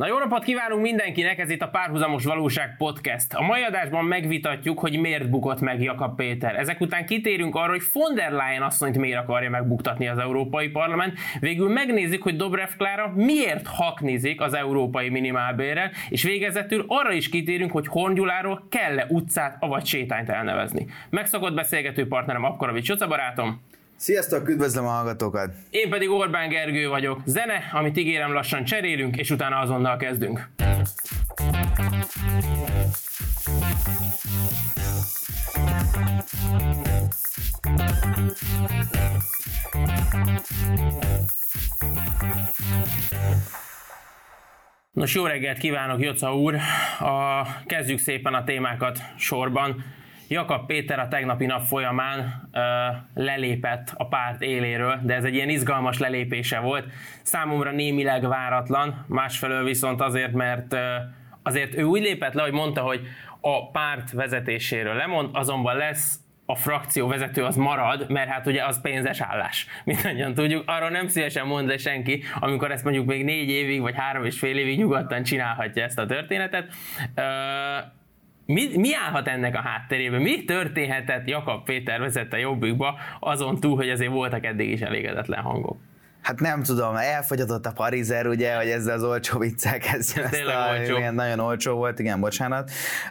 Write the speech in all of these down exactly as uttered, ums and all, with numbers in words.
Na, jó napot kívánunk mindenkinek, ez itt a Párhuzamos Valóság Podcast. A mai adásban megvitatjuk, hogy miért bukott meg Jakab Péter. Ezek után kitérünk arra, hogy von der Leyen asszonyt miért akarja megbuktatni az Európai Parlament. Végül megnézzük, hogy Dobrev Klára miért haknizik az európai minimálbérrel, és végezetül arra is kitérünk, hogy Horn Gyuláról kell-e utcát, avagy sétányt elnevezni. Megszokott beszélgető partnerem Apkarovics Jóca barátom. Sziasztok, üdvözlöm a hallgatókat! Én pedig Orbán Gergő vagyok. Zene, amit ígérem, lassan cserélünk, és utána azonnal kezdünk. Nos, jó reggelt kívánok, Jóca úr! A, kezdjük szépen a témákat sorban. Jakab Péter a tegnapi nap folyamán ö, lelépett a párt éléről, de ez egy ilyen izgalmas lelépése volt. Számomra némileg váratlan, másfelől viszont azért, mert ö, azért ő úgy lépett le, hogy mondta, hogy a párt vezetéséről lemond, azonban lesz a frakció vezető, az marad, mert hát ugye az pénzes állás. Mindannyian tudjuk, arról nem szívesen mond le senki, amikor ezt mondjuk még négy évig, vagy három és fél évig nyugodtan csinálhatja ezt a történetet. Ö, Mi, mi állhat ennek a hátterében? Mi történhetett Jakab Péter vezette Jobbikba, azon túl, hogy azért voltak eddig is elégedetlen hangok? Hát nem tudom, elfogyatott a parizer, ugye, hogy ezzel az olcsó viccel kezdjön. Tényleg olcsó. Igen, nagyon olcsó volt, igen, bocsánat.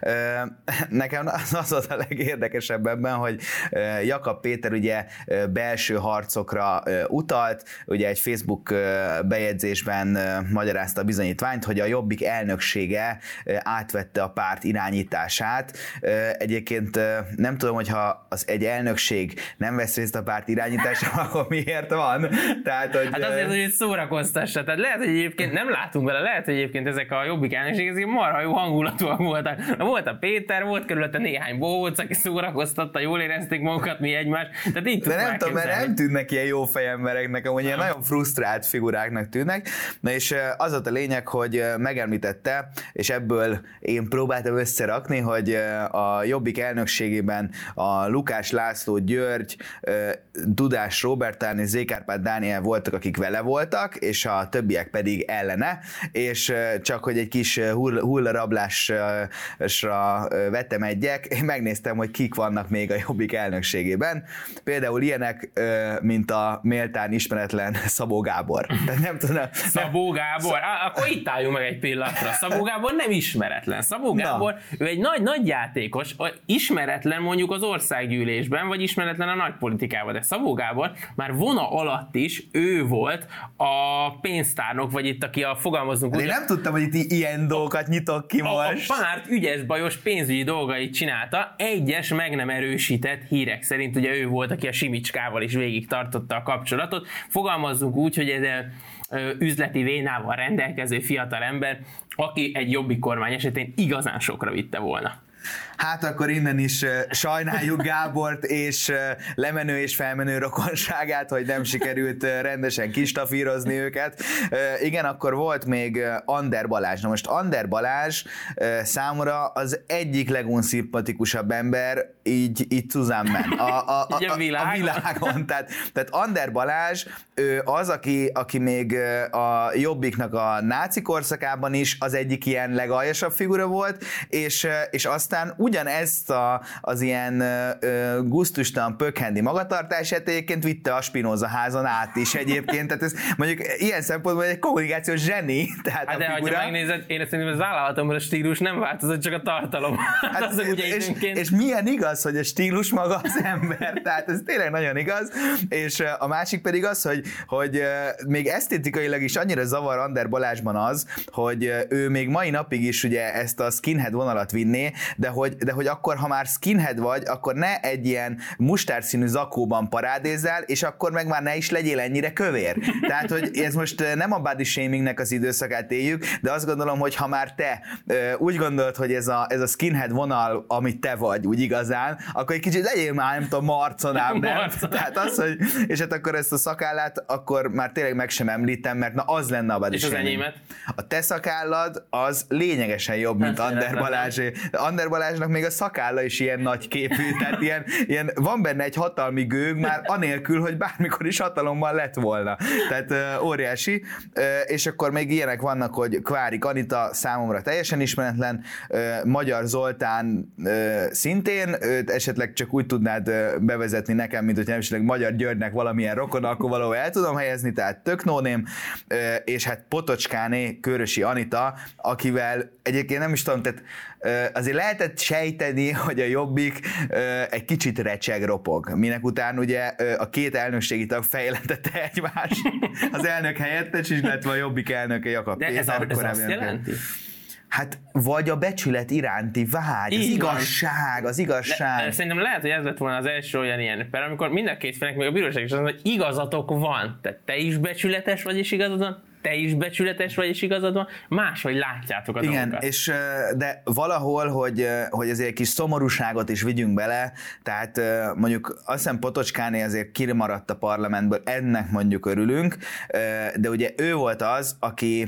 Nekem az, az volt a legérdekesebb ebben, hogy Jakab Péter ugye belső harcokra utalt, ugye egy Facebook bejegyzésben magyarázta a bizonyítványt, hogy a Jobbik elnöksége átvette a párt irányítását. Egyébként nem tudom, hogyha az egy elnökség nem vesz részt a párt irányításában, akkor miért van? Tehát, hogy hát azért, hogy szórakoztassa. Tehát lehet, hogy egyébként nem látunk vele, lehet, hogy egyébként ezek a Jobbik elnökség, ezek marha jó hangulatúak voltak. Volt a Péter, volt körülötte néhány bohóc, aki szórakoztatta, jól érezték magukat mi egymást. Tehát így de nem tudom, mert nem tűnnek ilyen jó fejembereknek, amúgy ilyen nagyon frusztrált figuráknak tűnnek. Na és az volt a lényeg, hogy megemlítette, és ebből én próbáltam összerakni, hogy a Jobbik elnökségében a Lukás László György, Dudás Róbertán és Zékárpád Dániel voltak, akik vele voltak, és a többiek pedig ellene, és csak hogy egy kis hullarablásra vettem egyek, én megnéztem, hogy kik vannak még a Jobbik elnökségében. Például ilyenek, mint a méltán ismeretlen Szabó Gábor. Tehát nem tudom. Szabó Gábor? Á, akkor itt álljunk meg egy pillanatra. Szabó Gábor nem ismeretlen. Szabó Gábor, Na. ő egy nagy, nagy játékos, ismeretlen mondjuk az országgyűlésben, vagy ismeretlen a nagypolitikában, de Szabó Gábor már vona alatt is ő volt a pénztárnok, vagy itt, aki a fogalmazunk. Én nem tudtam, hogy itt ilyen dolgokat nyitok ki most. A, a párt ügyes bajos pénzügyi dolgait csinálta, egyes meg nem erősített hírek szerint, ugye ő volt, aki a Simicskával is végig tartotta a kapcsolatot. Fogalmazzunk úgy, hogy ez üzleti vénával rendelkező fiatal ember, aki egy Jobbik kormány esetén igazán sokra vitte volna. Hát akkor innen is uh, sajnáljuk Gábort és uh, lemenő és felmenő rokonságát, hogy nem sikerült uh, rendesen kistafírozni őket. Uh, igen, akkor volt még uh, Ander Balázs. Na most Ander Balázs uh, számomra az egyik legunszimpatikusabb ember így, így Cuzánben. A, a, a, a, a világon. Tehát, tehát Ander Balázs ő az, aki, aki még a Jobbiknak a náci korszakában is az egyik ilyen legaljasabb figura volt, és, és aztán ugyanezt a, az ilyen uh, gusztustalan pökhendi magatartását egyébként vitte a Spinoza házon át is egyébként, tehát ez mondjuk ilyen szempontból egy kommunikációs zseni, tehát hát a de figura. Ha megnézed, én szerintem az vállalhatom, hogy a stílus nem változott, csak a tartalom. Hát az ugye és, és milyen igaz, hogy a stílus maga az ember, tehát ez tényleg nagyon igaz, és a másik pedig az, hogy, hogy még esztétikailag is annyira zavar Ander Balázsban az, hogy ő még mai napig is ugye ezt a skinhead vonalat vinné, de hogy, de hogy akkor, ha már skinhead vagy, akkor ne egy ilyen mustárszínű zakóban parádézzál, és akkor meg már ne is legyél ennyire kövér. Tehát, hogy ez most nem a body shamingnek az időszakát éljük, de azt gondolom, hogy ha már te úgy gondolod, hogy ez a, ez a skinhead vonal, amit te vagy, úgy igazán, akkor egy kicsit legyél már, nem tudom, marconább, nem? Tehát az, hogy, és hát akkor ezt a szakállát, akkor már tényleg meg sem említem, mert na az lenne a body és az shaming. enyémet? A te szakállad az lényegesen jobb, mint hát, Ander Balázsé. De Ander Balázsnak még a szakálla is ilyen nagy képű, tehát ilyen, ilyen, van benne egy hatalmi gőg, már anélkül, hogy bármikor is hatalomban lett volna. Tehát uh, óriási. Uh, és akkor még ilyenek vannak, hogy Kvárik Anita számomra teljesen ismeretlen, uh, Magyar Zoltán uh, szintén, őt esetleg csak úgy tudnád uh, bevezetni nekem, mint hogyha esetleg Magyar Györgynek valamilyen rokon, akkor valahol el tudom helyezni, tehát tök no name, uh, és hát Potocskáné Körösi Anita, akivel egyébként nem is tudom, tehát azért lehetett sejteni, hogy a Jobbik egy kicsit recseg, ropog. Minek után ugye a két elnökségi tag fejlentette egymást, az elnök helyettes is, illetve a Jobbik elnöke Jakab De Péter. ez, a, ez azt jelenti? Hát vagy a becsület iránti vágy, az igazság, az igazság. Le, szerintem lehet, hogy ez lett volna az első olyan ilyen, mert amikor mind a két félnek, még a bíróság is azt mondja, hogy igazatok van. Tehát te is becsületes vagy, és igazad van, te is becsületes vagy, és igazad van, máshogy látjátok a Igen, dolgokat. És, de valahol, hogy, hogy azért egy kis szomorúságot is vigyünk bele, tehát mondjuk azt hiszem Potocskáné azért kimaradt a parlamentből, ennek mondjuk örülünk, de ugye ő volt az, aki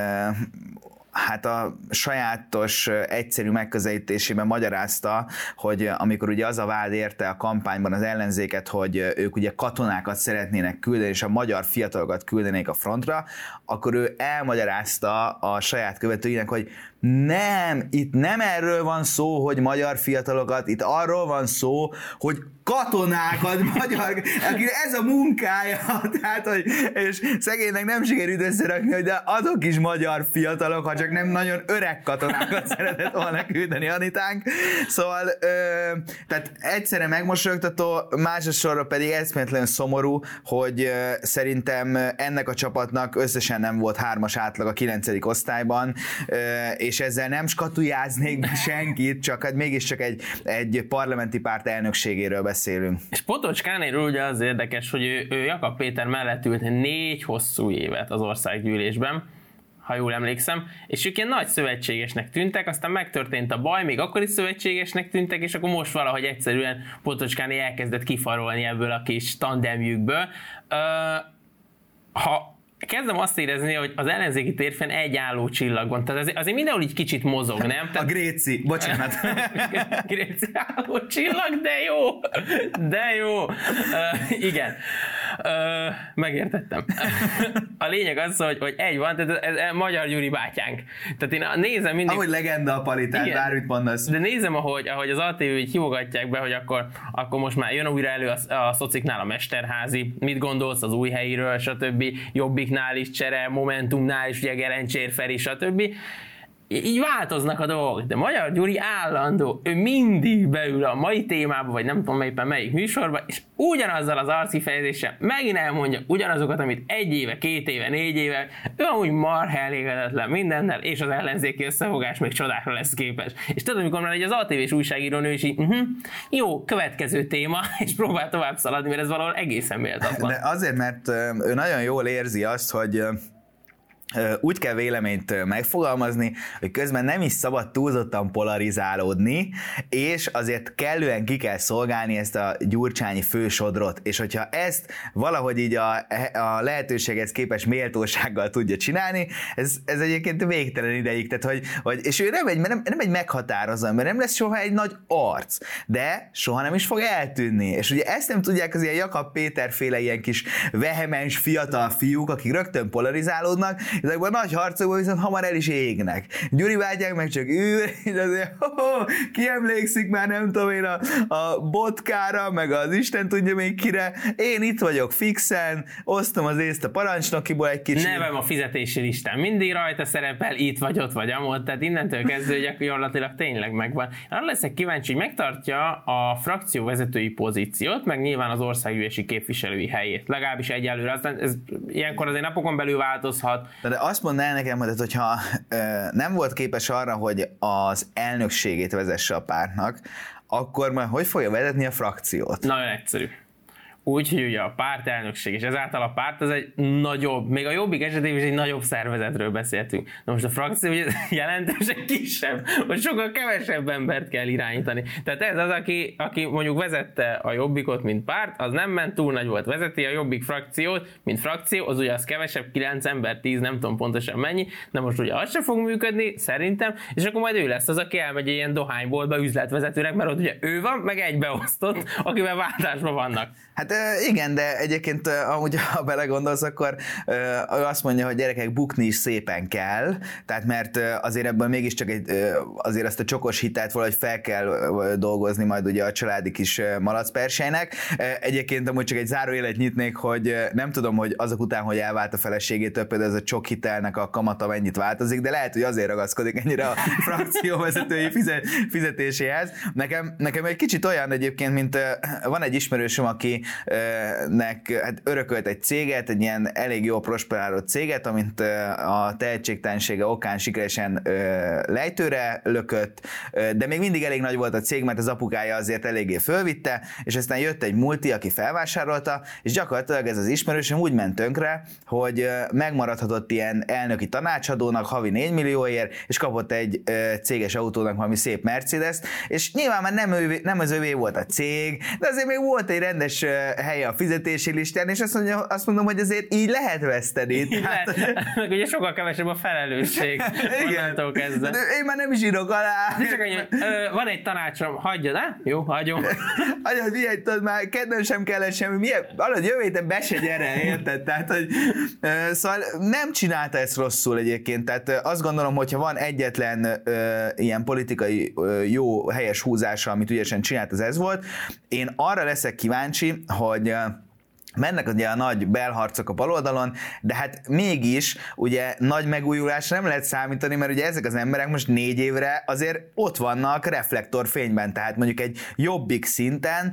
hát a sajátos, egyszerű megközelítésében magyarázta, hogy amikor ugye az a vád érte a kampányban az ellenzéket, hogy ők ugye katonákat szeretnének küldeni, és a magyar fiatalokat küldenék a frontra, akkor ő elmagyarázta a saját követőinek, hogy nem, itt nem erről van szó, hogy magyar fiatalokat, itt arról van szó, hogy katonákat, magyar, akire ez a munkája, tehát, hogy, és szegénynek nem sikerült összerakni, hogy de azok is magyar fiatalok, ha csak nem nagyon öreg katonákat szeretett volna küldeni Anitánk. Szóval, ö, tehát egyszerre megmosolyogtató, másodszorra pedig eszméletlen szomorú, hogy ö, szerintem ennek a csapatnak összesen nem volt hármas átlag a kilencedik osztályban, ö, és ezzel nem skatujáznék senkit, csak hát mégiscsak egy, egy parlamenti párt elnökségéről beszélünk. És Potocskánéről ugye az érdekes, hogy ő, ő Jakab Péter mellett ült négy hosszú évet az országgyűlésben, ha jól emlékszem, és ők ilyen nagy szövetségesnek tűntek, aztán megtörtént a baj, még akkor is szövetségesnek tűntek, és akkor most valahogy egyszerűen Potocskáné elkezdett kifarolni ebből a kis tandemjükből. Ha kezdem azt érezni, hogy az ellenzéki térfen egy álló csillag van. Tehát azért, azért mindenhol így kicsit mozog, nem? Tehát... A Gréci, bocsánat. Gréci álló csillag, de jó! De jó! Uh, igen. Uh, megértettem. A lényeg az, hogy, hogy egy van, tehát ez, ez Magyar Gyuri bátyánk. Tehát én nézem mindig... Ahogy legenda a palitát, bármit mondasz. De nézem, ahogy, ahogy az á té vé így hívogatják be, hogy akkor, akkor most már jön újra elő a, a szociknál a Mesterházi, mit gondolsz az Újhelyiről, stb. Jobbiknál is csere, Momentumnál is, ugye Gerencsér Feri, stb. Így változnak a dolgok, de Magyar Gyuri állandó, ő mindig beül a mai témába, vagy nem tudom éppen melyik műsorba, és ugyanazzal az arckifejezéssel megint elmondja ugyanazokat, amit egy éve, két éve, négy éve, ő amúgy marha elégedetlen mindennel, és az ellenzéki összefogás még csodákra lesz képes. És tudod, amikor már egy az á té vés újságírónő is így, uh-huh, jó, következő téma, és próbál tovább szaladni, mert ez valahol egészen méltatlan. De azért, mert ő nagyon jól érzi azt, hogy úgy kell véleményt megfogalmazni, hogy közben nem is szabad túlzottan polarizálódni, és azért kellően ki kell szolgálni ezt a gyurcsányi fősodrot, és hogyha ezt valahogy így a, a lehetőséghez képes méltósággal tudja csinálni, ez, ez egyébként végtelen ideig, tehát hogy, hogy és ő nem egy, nem, nem egy meghatározó ember, nem lesz soha egy nagy arc, de soha nem is fog eltűnni, és ugye ezt nem tudják az ilyen Jakab Péter féle ilyen kis vehemens fiatal fiúk, akik rögtön polarizálódnak, ezekben a nagy harcokban viszont hamar el is égnek. Gyuri bátyák meg csak űr, és azért, ho, ho, ki emlékszik már nem tudom én a, a botkára, meg az Isten tudja még kire. Én itt vagyok fixen, osztom az észt a parancsnokiból egy kicsit. Nevem a fizetési listán mindig rajta szerepel, itt vagy, ott vagy, amott, tehát innentől kezdve gyakorlatilag tényleg megvan. Arra leszek kíváncsi, hogy megtartja a frakcióvezetői pozíciót, meg nyilván az országgyűlési képviselői helyét. Legalábbis egyelőre, aztán ez ilyenkor azért napokon belül változhat. De azt mondd el nekem, hogy hogyha ö, nem volt képes arra, hogy az elnökségét vezesse a pártnak, akkor majd hogy fogja vezetni a frakciót? Nagyon egyszerű. úgyhogy ugye a pártelnökség, és ezáltal a párt az egy nagyobb, még a Jobbik esetében is egy nagyobb szervezetről beszéltünk. Na most a frakció ugye jelentősen kisebb, hogy sokkal kevesebb embert kell irányítani. Tehát ez az, aki, aki mondjuk vezette a Jobbikot, mint párt, az nem ment, túl nagy volt. Vezeti a Jobbik frakciót, mint frakció, az ugye az kevesebb, kilenc ember, tíz, nem tudom pontosan mennyi, de most ugye az sem fog működni, szerintem, és akkor majd ő lesz az, aki elmegy egy ilyen dohányboltba üzletvezetőnek, mert ott ugye ő van, meg egy beosztott, akivel váltásban vannak. Hát igen, de egyébként amúgy, ha belegondolsz, akkor ő azt mondja, hogy gyerekek, bukni is szépen kell, tehát mert azért ebből mégiscsak egy, azért ezt a csokos hitelt valahogy fel kell dolgozni majd ugye a családi kis malacpersejnek. Egyébként amúgy csak egy zárójelet nyitnék, hogy nem tudom, hogy azok után, hogy elvált a feleségétől, például ez a csok hitelnek a kamata mennyit változik, de lehet, hogy azért ragaszkodik ennyire a frakcióvezetői fizetéséhez. Nekem, nekem egy kicsit olyan egyébként, mint van egy ismerősöm, aki nek hát örökölt egy céget, egy ilyen elég jó prosperáló céget, amint a tehetségtelensége okán sikeresen lejtőre lökött, de még mindig elég nagy volt a cég, mert az apukája azért eléggé fölvitte, és aztán jött egy multi, aki felvásárolta, és gyakorlatilag ez az ismerősöm úgy ment tönkre, hogy megmaradhatott ilyen elnöki tanácsadónak havi négy millióért, és kapott egy céges autónak valami szép Mercedes-t, és nyilván már nem, ővé, nem az övé volt a cég, de azért még volt egy rendes helye a fizetési listán, és azt, mondja, azt mondom, hogy azért így lehet veszteni. Tehát... Meg ugye sokkal kevesebb a felelősség. Igen. De én már nem is írok alá. De csak annyi, ö, van egy tanácsom, hagyjad, eh? Jó, hagyom. Hagyjad, miért tudod, már kedden sem kellett semmi, miért? Alatt jövő héten be se gyere, érted? Tehát, hogy, ö, szóval nem csinálta ezt rosszul egyébként, tehát ö, azt gondolom, hogyha van egyetlen ö, ilyen politikai ö, jó, helyes húzása, amit ügyesen csinált, az ez volt. Én arra leszek kíváncsi, hogy mennek ugye a nagy belharcok a baloldalon, de hát mégis ugye nagy megújulásra nem lehet számítani, mert ugye ezek az emberek most négy évre azért ott vannak reflektorfényben, tehát mondjuk egy Jobbik szinten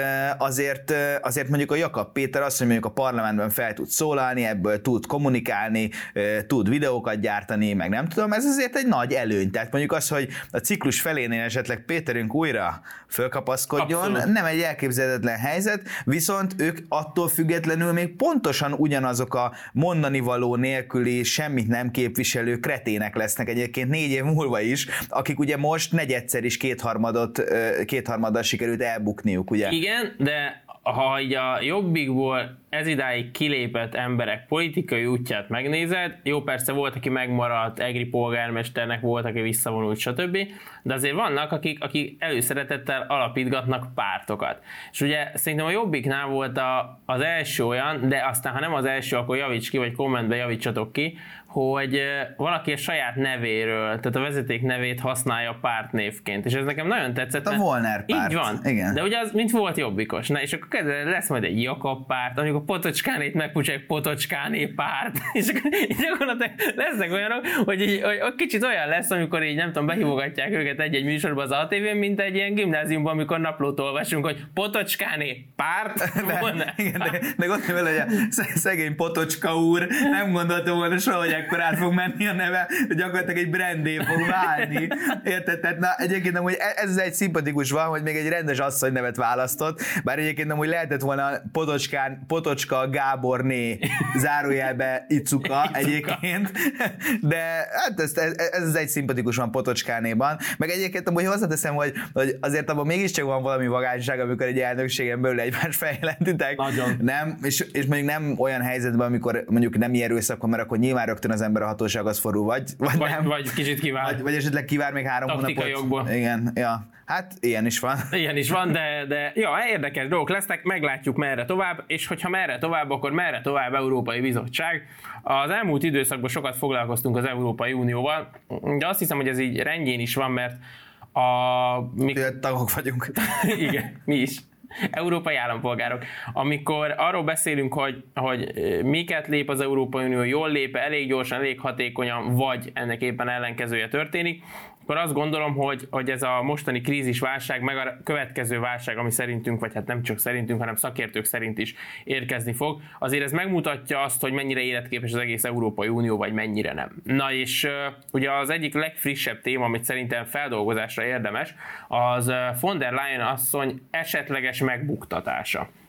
azért, azért mondjuk a Jakab Péter azt, hogy mondjuk a parlamentben fel tud szólalni, ebből tud kommunikálni, tud videókat gyártani, meg nem tudom, ez azért egy nagy előny, tehát mondjuk az, hogy a ciklus felénél esetleg Péterünk újra fölkapaszkodjon, abszolút. Nem egy elképzelhetetlen helyzet, viszont ők attól függetlenül még pontosan ugyanazok a mondani való nélküli, semmit nem képviselő kretének lesznek egyébként négy év múlva is, akik ugye most negyedszer is kétharmadot, kétharmaddal sikerült elbukniuk, ugye? Igen, de ha így a Jobbikból ez idáig kilépett emberek politikai útját megnézed, jó, persze volt, aki megmaradt, egri polgármesternek volt, aki visszavonult, stb., de azért vannak, akik, akik előszeretettel alapítgatnak pártokat. És ugye szerintem a Jobbiknál volt a, az első olyan, de aztán ha nem az első, akkor javíts ki, vagy kommentbe javítsatok ki, hogy valaki a saját nevéről, tehát a vezeték nevét használja pártnévként, és ez nekem nagyon tetszett. A Volner párt. Így van. Igen. De ugye az, mint volt Jobbikos. Na, és akkor lesz majd egy Jakab párt, amikor Potocskánét megpucsák, Potocskáné párt, és akkor gyakorlatilag lesznek olyanok, hogy, így, hogy kicsit olyan lesz, amikor így nem tudom, behívogatják őket egy-egy műsorba az á té vén, mint egy ilyen gimnáziumban, amikor naplót olvasunk, hogy Potocskáné párt. De, igen, de, de gondolj vele, hogy a szegény Potocska úr nem gondolta volna soha, hogy akkor át fog menni a neve, hogy gyakorlatilag egy brandé fog válni. Érted? Tehát na, egyébként nem, hogy ez egy szimpatikus van, hogy még egy rendes asszony nevet választott, bár egyébként nem, hogy lehetett volna Potocskán, Potocska Gáborné zárójelbe Icuka egyébként, de hát ez, ez, ez egy szimpatikus van Potocskánéban, meg egyébként amúgy hozzáteszem, hogy, hogy azért abban mégiscsak van valami vagányság, amikor egy elnökségen belül egymást feljelentitek. Nagyon. Nem, és, és mondjuk nem olyan helyzetben, amikor mondjuk nem ilyen erőszakon, mert akkor nyilván rögtön az ember a hatósághoz forul, vagy, vagy, vagy nem. Vagy kicsit kivár. Vagy, vagy esetleg kivár még három Taktikai hónapot. jogból. Igen, ja. Hát ilyen is van. Ilyen is van, de, de ja, érdekes dolgok lesznek, meglátjuk merre tovább, és hogyha merre tovább, akkor merre tovább Európai Bizottság. Az elmúlt időszakban sokat foglalkoztunk az Európai Unióval, de azt hiszem, hogy ez így rendjén is van, mert a... Mik... Tagok vagyunk. Igen, mi is. Európai állampolgárok. Amikor arról beszélünk, hogy, hogy miket lép az Európai Unió, jól lép, elég gyorsan, elég hatékonyan, vagy ennek éppen ellenkezője történik, akkor azt gondolom, hogy, hogy ez a mostani krízisválság, meg a következő válság, ami szerintünk, vagy hát nem csak szerintünk, hanem szakértők szerint is érkezni fog, azért ez megmutatja azt, hogy mennyire életképes az egész Európai Unió, vagy mennyire nem. Na és uh, ugye az egyik legfrissebb téma, amit szerintem feldolgozásra érdemes, az uh, von der Leyen asszony esetleges megbuktatása.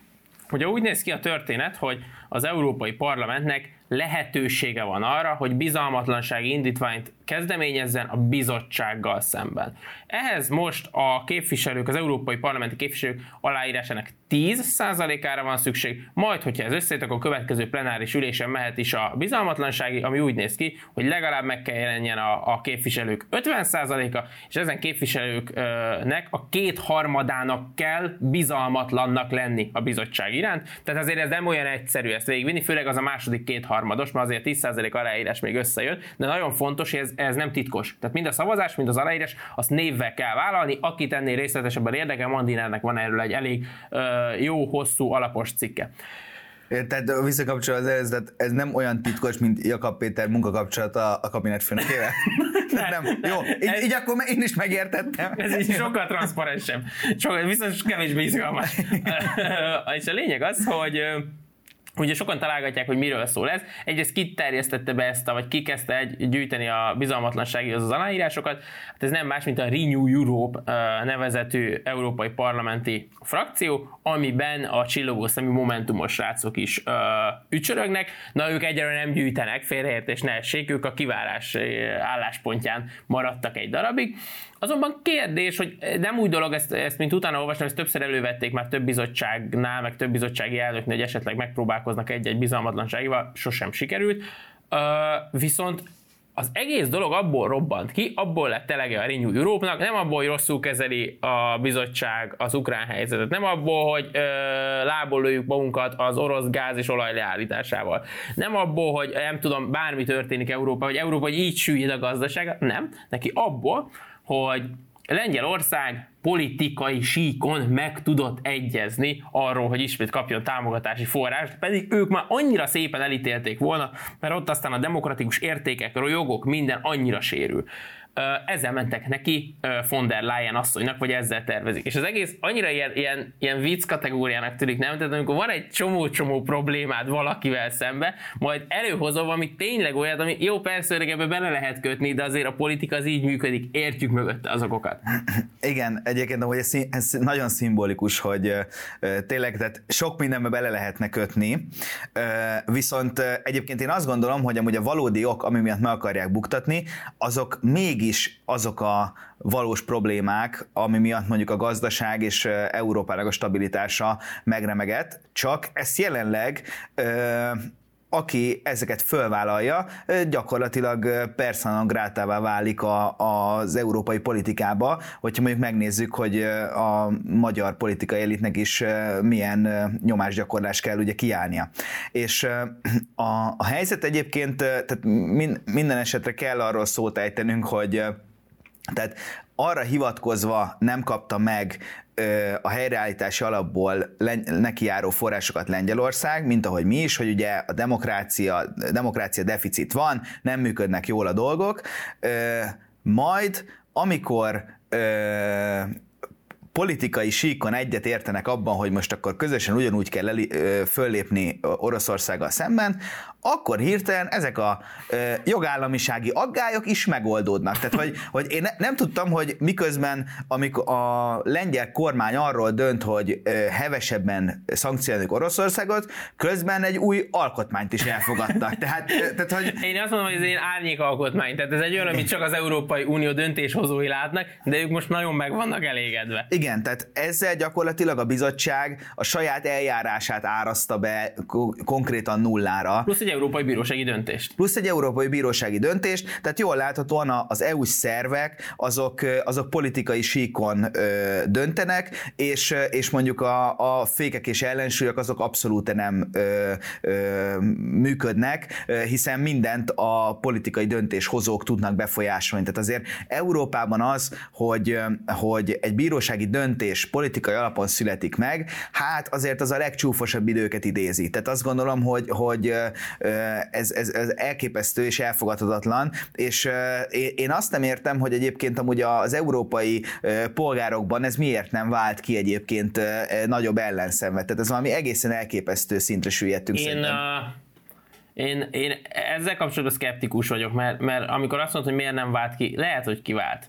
Ugye úgy néz ki a történet, hogy az Európai Parlamentnek lehetősége van arra, hogy bizalmatlansági indítványt kezdeményezzen a bizottsággal szemben. Ehhez most a képviselők, az európai parlamenti képviselők aláírásának tíz százalékára van szükség, majd, hogyha ez összejött, akkor a következő plenáris ülésen mehet is a bizalmatlansági, ami úgy néz ki, hogy legalább meg kell jelenjen a, a képviselők ötven százaléka, és ezen képviselőknek a kétharmadának kell bizalmatlannak lenni a bizottság iránt. Tehát azért ez nem olyan egyszerű ezt végigvinni, főleg az a második kétharmados, mert azért tíz százalék aláírás még összejön, de nagyon fontos, hogy ez, ez nem titkos. Tehát mind a szavazás, mind az aláírás, azt névvel kell vállalni. Akit ennél részletesebben érdekel, Mandinernek van erről egy elég ö, jó, hosszú, alapos cikke. Tehát visszakapcsolva az ez, ez nem olyan titkos, mint Jakab Péter munkakapcsolata a kabinetfőnökével? nem, nem. Jó, így, ez, így akkor én is megértettem. Ez így sokkal transzparensebb. Sokkal, viszont kevésbé izgalmas. És a lényeg az, hogy ugye sokan találgatják, hogy miről szól ez. Egyrészt ki terjesztette be ezt, vagy ki kezdte egy, gyűjteni a bizalmatlansághoz az aláírásokat. Hát ez nem más, mint a Renew Europe nevezetű európai parlamenti frakció, amiben a csillogó szemű momentumos srácok is uh, ücsörögnek. Na, ők egyelőre nem gyűjtenek, félreértés ne essék, ők a kiválás álláspontján maradtak egy darabig. Azonban kérdés, hogy nem új dolog, ezt, ezt mint utána olvastam, ezt többször elővették már több bizottságnál, meg több bizottsági elnöknél, hogy esetleg megpróbálkoznak egy-egy bizalmatlanságival, sosem sikerült. Uh, viszont az egész dolog abból robbant ki, abból lett elege a Renew Europe-nak, nem abból, hogy rosszul kezeli a bizottság az ukrán helyzetet, nem abból, hogy ö, lából lőjük magunkat az orosz gáz és olaj leállításával, nem abból, hogy nem tudom, bármi történik Európa, hogy Európa hogy így süllyed a gazdasága, nem, neki abból, hogy Lengyelország politikai síkon meg tudott egyezni arról, hogy ismét kapjon támogatási forrást, pedig ők már annyira szépen elítélték volna, mert ott aztán a demokratikus értékek, a jogok, minden annyira sérül. Ezzel mentek neki von der Leyen asszonynak, vagy ezzel tervezik. És az egész annyira ilyen, ilyen, ilyen vicc kategóriának tűnik, nem? Tehát amikor van egy csomó-csomó problémád valakivel szembe, majd előhozol valami tényleg olyat, ami jó, persze, ebbe bele lehet kötni, de azért a politika az így működik, értjük mögötte az okokat. Igen, egyébként hogy ez, ez nagyon szimbolikus, hogy uh, tényleg tehát sok mindenbe bele lehetne kötni, uh, viszont uh, egyébként én azt gondolom, hogy amúgy a valódi ok, ami miatt meg akarják buktatni, azok mégis azok a valós problémák, ami miatt mondjuk a gazdaság és Európának a stabilitása megremegett, csak ezt jelenleg ö, aki ezeket fölvállalja, gyakorlatilag persona non grátává válik a, az európai politikába, hogyha mondjuk megnézzük, hogy a magyar politikai elitnek is milyen nyomásgyakorlás kell ugye kiállnia. És a, a helyzet egyébként, tehát minden esetre kell arról szót ejtenünk, hogy tehát arra hivatkozva nem kapta meg a helyreállítási alapból nekijáró forrásokat Lengyelország, mint ahogy mi is, hogy ugye a demokrácia, demokrácia deficit van, nem működnek jól a dolgok, majd amikor politikai síkon egyet értenek abban, hogy most akkor közösen ugyanúgy kell elé, ö, föllépni Oroszországgal szemben, akkor hirtelen ezek a ö, jogállamisági aggályok is megoldódnak. Tehát, hogy, hogy én ne, nem tudtam, hogy miközben, amikor a lengyel kormány arról dönt, hogy ö, hevesebben szankcionáljuk Oroszországot, közben egy új alkotmányt is elfogadtak. Tehát, ö, tehát, hogy... Én azt mondom, hogy ez egy árnyék alkotmány, tehát ez egy olyan, amit csak az Európai Unió döntéshozói látnak, de ők most nagyon meg vannak elégedve. Igen, tehát ezzel gyakorlatilag a bizottság a saját eljárását árazta be konkrétan nullára. Plusz egy európai bírósági döntést. Plusz egy európai bírósági döntést, tehát jól láthatóan az é u-s szervek azok, azok politikai síkon ö, döntenek, és, és mondjuk a, a fékek és ellensúlyok azok abszolút nem ö, ö, működnek, hiszen mindent a politikai döntéshozók tudnak befolyásolni. Tehát azért Európában az, hogy, hogy egy bírósági döntés politikai alapon születik meg, hát azért az a legcsúfosabb időket idézi. Tehát azt gondolom, hogy, hogy ez, ez, ez elképesztő és elfogadhatatlan, és én azt nem értem, hogy egyébként amúgy az európai polgárokban ez miért nem vált ki egyébként nagyobb ellenszenvet. Tehát ez valami egészen elképesztő szintre süllyedtünk én, uh, én, én ezzel kapcsolatban szkeptikus vagyok, mert, mert amikor azt mondod, hogy miért nem vált ki, lehet, hogy kivált.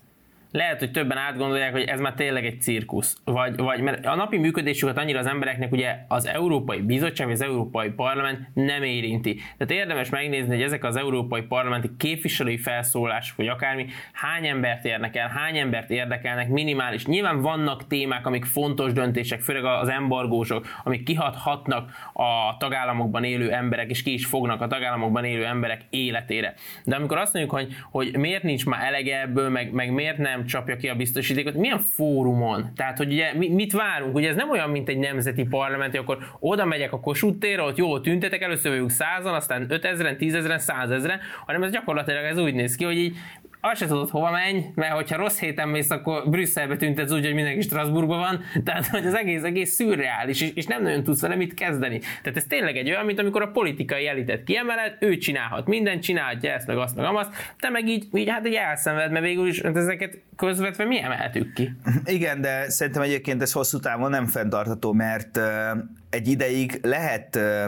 lehet, hogy többen átgondolják, hogy ez már tényleg egy cirkusz. Vagy, vagy mert a napi működésüket annyira az embereknek ugye az Európai Bizottság vagy az Európai Parlament nem érinti. Tehát érdemes megnézni, hogy ezek az Európai Parlamenti képviselői felszólások, vagy akármi, hány embert érnek el, hány embert érdekelnek, minimális. Nyilván vannak témák, amik fontos döntések, főleg az embargósok, amik kihathatnak a tagállamokban élő emberek, és ki is fognak a tagállamokban élő emberek életére. De amikor azt mondjuk, hogy, hogy miért nincs már elege ebből, meg, meg miért nem csapja ki a biztosítékot, milyen fórumon? Tehát, hogy ugye mit várunk? Ugye ez nem olyan, mint egy nemzeti parlament, hogy akkor oda megyek a Kossuth térre, ott jó, tüntetek, először vagyunk százan, aztán ötezren, tízezren, százezren, hanem ez gyakorlatilag ez úgy néz ki, hogy így azt se tudod, hova menj, mert hogyha rossz héten mész, akkor Brüsszelbe tüntetsz úgy, hogy mindenki Strasbourgban van, tehát hogy az egész, egész szürreális, és, és nem nagyon tudsz vele mit kezdeni. Tehát ez tényleg egy olyan, mint amikor a politikai elitet kiemeled, ő csinálhat mindent, csinálhatja ezt, meg azt, meg amazt, te meg így, így hát így elszenved, mert végül is ezeket közvetve mi emeltük ki. Igen, de szerintem egyébként ez hosszú távon nem fenntartható, mert uh, egy ideig lehet uh,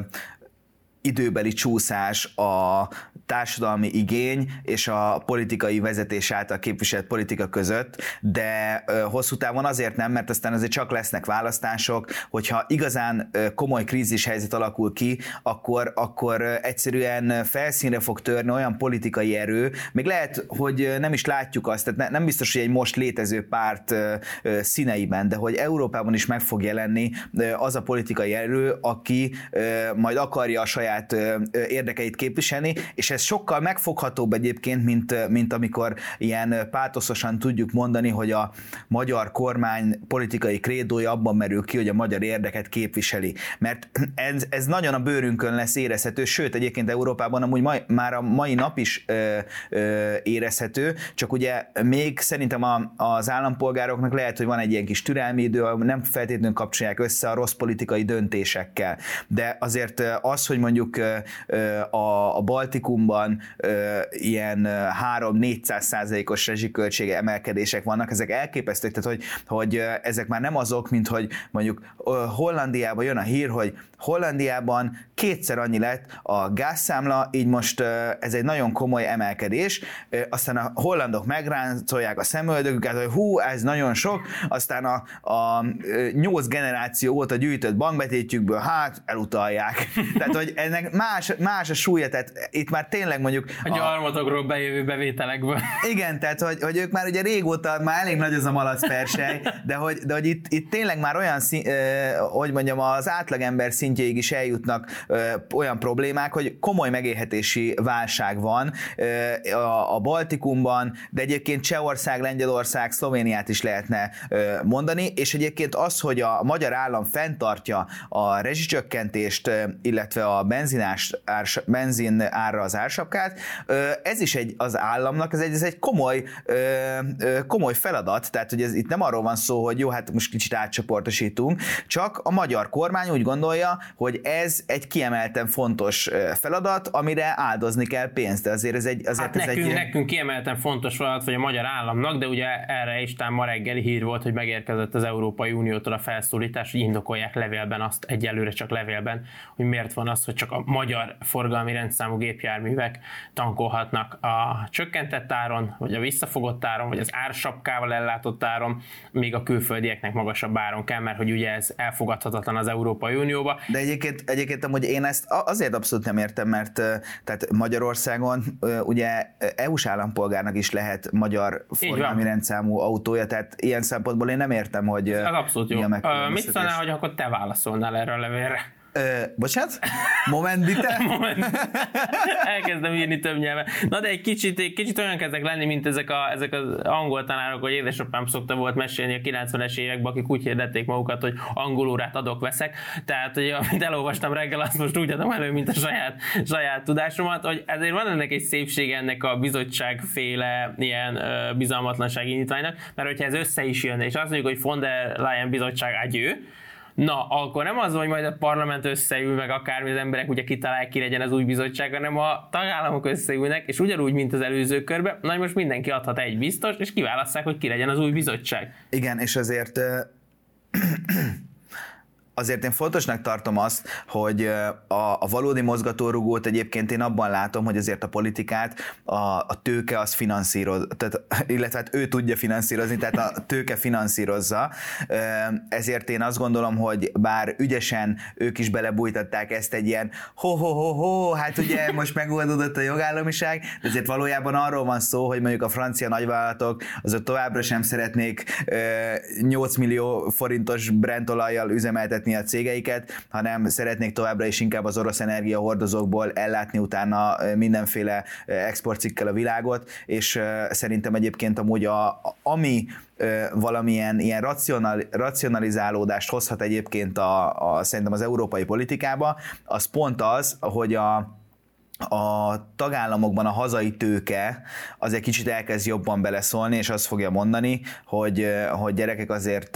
időbeli csúszás a társadalmi igény és a politikai vezetés által képviselt politika között, de hosszú távon azért nem, mert aztán azért csak lesznek választások, hogyha igazán komoly krízis helyzet alakul ki, akkor, akkor egyszerűen felszínre fog törni olyan politikai erő, még lehet, hogy nem is látjuk azt, tehát nem biztos, hogy egy most létező párt színeiben, de hogy Európában is meg fog jelenni az a politikai erő, aki majd akarja a saját érdekeit képviselni, és ez sokkal megfoghatóbb egyébként, mint, mint amikor ilyen pátoszosan tudjuk mondani, hogy a magyar kormány politikai krédója abban merül ki, hogy a magyar érdeket képviseli. Mert ez, ez nagyon a bőrünkön lesz érezhető, sőt egyébként Európában amúgy mai, már a mai nap is ö, ö, érezhető, csak ugye még szerintem a, az állampolgároknak lehet, hogy van egy ilyen kis türelmi idő, nem feltétlenül kapcsolják össze a rossz politikai döntésekkel. De azért az, hogy mondjuk a, a Baltikumban ilyen három-négyszáz százalékos rezsiköltsége emelkedések vannak, ezek elképesztők, tehát hogy, hogy ezek már nem azok, mint hogy mondjuk Hollandiában jön a hír, hogy Hollandiában kétszer annyi lett a gázszámla, így most ez egy nagyon komoly emelkedés, aztán a hollandok megráncolják a szemöldöküket, hogy hú, ez nagyon sok, aztán a, a nyolc generáció óta gyűjtött bankbetétjükből, hát elutalják. Tehát, hogy ennek más, más a súlya, tehát itt már tényleg mondjuk... A gyarmatokról bejövő bevételekből. Igen, tehát, hogy, hogy ők már ugye régóta, már elég nagy az a malacpersely, de hogy, de hogy itt, itt tényleg már olyan, szín, hogy mondjam, az átlagember szintjéig is eljutnak olyan problémák, hogy komoly megélhetési válság van a Baltikumban, de egyébként Csehország, Lengyelország, Szlovéniát is lehetne mondani, és egyébként az, hogy a magyar állam fenntartja a rezsicsökkentést, illetve a benzinás, benzin árra az ársapkát, ez is egy, az államnak, ez egy, ez egy komoly, komoly feladat, tehát hogy ez itt nem arról van szó, hogy jó, hát most kicsit átcsoportosítunk, csak a magyar kormány úgy gondolja, hogy ez egy kiemelten fontos feladat, amire áldozni kell pénzt, de azért ez egy... Azért hát ez nekünk, egy... nekünk kiemelten fontos feladat, vagy a magyar államnak, de ugye erre is talán ma reggeli hír volt, hogy megérkezett az Európai Uniótól a felszólítás, hogy indokolják levélben azt, egyelőre csak levélben, hogy miért van az, hogy csak a magyar forgalmi rendszámú gépjárművek tankolhatnak a csökkentett áron, vagy a visszafogott áron, vagy az ársapkával ellátott áron, míg a külföldieknek magasabb áron kell, mert hogy ugye ez elfogadhatatlan az Európai Unióba. De egyébként, egyébként amúgy én ezt azért abszolút nem értem, mert tehát Magyarországon ugye é u-s állampolgárnak is lehet magyar forgalmi rendszámú autója, tehát ilyen szempontból én nem értem, hogy... Ez abszolút jó. Mit szólnál, hogy akkor te válaszolnál erre a levélre? Ö, bocsánat? Moment, bitte? Moment. Elkezdem írni több nyelven. Na de egy kicsit, egy kicsit olyan kezdek lenni, mint ezek, a, ezek az angol tanárok, hogy édesapám szokta volt mesélni a kilencvenes években, akik úgy hirdették magukat, hogy angolórát adok-veszek. Tehát, hogy amit elolvastam reggel, azt most úgy adom elő, mint a saját, saját tudásomat, hogy ezért van ennek egy szépsége ennek a bizottságféle ilyen uh, bizalmatlanság indítványnak, mert hogyha ez össze is jön, és azt mondjuk, hogy von der Leyen bizottság agyő, na, akkor nem az, hogy majd a parlament összeül, meg akármi az emberek ugye kitalálják, ki legyen az új bizottság, hanem a tagállamok összeülnek, és ugyanúgy, mint az előző körben, na most mindenki adhat egy biztos, és kiválasszák, hogy ki legyen az új bizottság. Igen, és azért azért én fontosnak tartom azt, hogy a, a valódi mozgatórugót egyébként én abban látom, hogy azért a politikát a, a tőke az finanszíroz, tehát, illetve hát ő tudja finanszírozni, tehát a tőke finanszírozza. Ezért én azt gondolom, hogy bár ügyesen ők is belebújtatták ezt egy ilyen ho-ho-ho-ho, hát ugye most megoldódott a jogállamiság, de azért valójában arról van szó, hogy mondjuk a francia nagyvállalatok azok továbbra sem szeretnék nyolc millió forintos Brent olajjal üzemeltetni a cégeiket, hanem szeretnék továbbra is inkább az orosz energiahordozókból ellátni utána mindenféle exportcikkel a világot, és szerintem egyébként amúgy a, ami valamilyen ilyen racional, racionalizálódást hozhat egyébként a, a, szerintem az európai politikába, az pont az, hogy a a tagállamokban a hazai tőke az egy kicsit elkezd jobban beleszólni, és azt fogja mondani, hogy, hogy gyerekek azért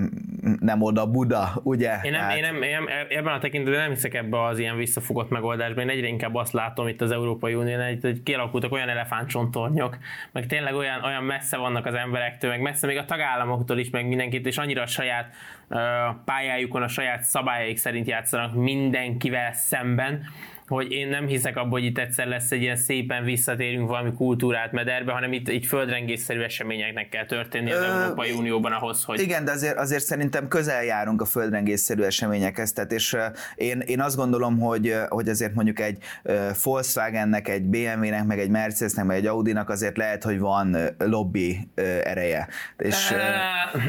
nem oda Buda, ugye? Én, nem, hát... én, nem, én nem, ebben a tekintetben nem hiszek ebbe az ilyen visszafogott megoldásban. Én egyre inkább azt látom itt az Európai Unión, hogy kialakultak olyan elefántcsontornyok, meg tényleg olyan, olyan messze vannak az emberektől, meg messze még a tagállamoktól is, meg mindenkit, és annyira a saját uh, pályájukon, a saját szabályaik szerint játszanak mindenkivel szemben, hogy én nem hiszek abban, hogy itt egyszer lesz egy ilyen szépen visszatérünk valami kultúrát mederbe, hanem itt egy földrengésszerű eseményeknek kell történni az Ö, Európai Unióban ahhoz, hogy... Igen, de azért, azért szerintem közel járunk a földrengésszerű eseményekhez, tehát és én, én azt gondolom, hogy, hogy azért mondjuk egy Volkswagennek, egy bé em vé-nek, meg egy Mercedesnek, meg egy Audinak azért lehet, hogy van lobby ereje. És... Uh...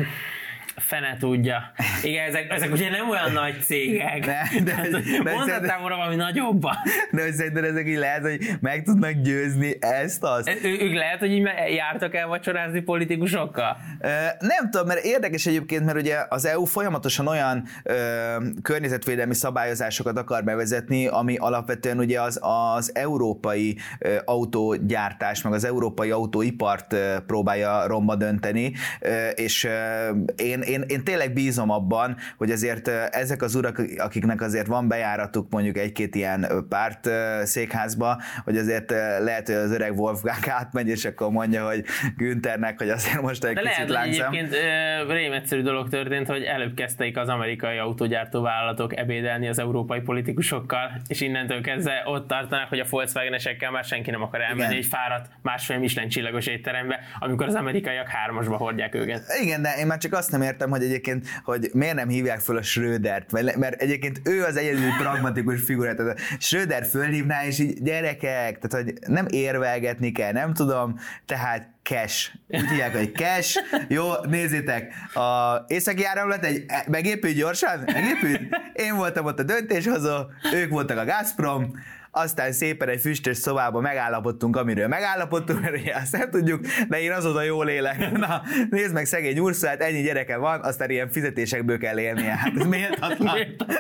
Fene tudja. Igen, ezek, ezek ugye nem olyan nagy cégek. Ne, de, de mondhatám volna valami nagyobban. De szerintem ezek így lehet, hogy meg tudnak győzni ezt azt. Ő, ők lehet, hogy így jártak el vacsorázni politikusokkal? Nem tudom, mert érdekes egyébként, mert ugye az é u folyamatosan olyan ö, környezetvédelmi szabályozásokat akar bevezetni, ami alapvetően ugye az, az európai ö, autógyártás, meg az európai autóipart ö, próbálja romba dönteni, ö, és ö, én Én, én tényleg bízom abban, hogy azért ezek az urak, akiknek azért van bejáratuk mondjuk egy-két ilyen párt székházba, hogy azért lehet, hogy az öreg Wolfgang átmegy, és akkor mondja, hogy Günthernek, hogy azért most egy de kicsit lehet, lángszem. De lehet, egyébként rémegyszerű dolog történt, hogy előbb kezdték az amerikai autógyártó vállalatok ebédelni az európai politikusokkal, és innentől kezdve ott tartanak, hogy a Volkswagen-esekkel már senki nem akar elmenni. Igen. Egy fáradt másfél Michelin csillagos étterembe, amikor az amerikaiak hármasba hordják őket. Igen, de én már csak azt nem értem, hogy egyébként, hogy miért nem hívják föl a Schrödert, mert egyébként ő az egyedül pragmatikus figura, tehát a Schröder fölhívná, és így gyerekek, tehát hogy nem érvelgetni kell, nem tudom, tehát cash. Úgy hívják, hogy cash. Jó, nézzétek, a északi áramlat egy, megépült gyorsan? Megépült? Én voltam ott a döntéshozó, ők voltak a Gazprom, aztán szépen egy füstös szobában megállapodtunk, amiről megállapodtunk, mert ugye azt nem tudjuk, de én azóta jól élek. Na, nézd meg szegény Urszulát, ennyi gyereke van, aztán ilyen fizetésekből kell élnie. Hát ez méltatlan.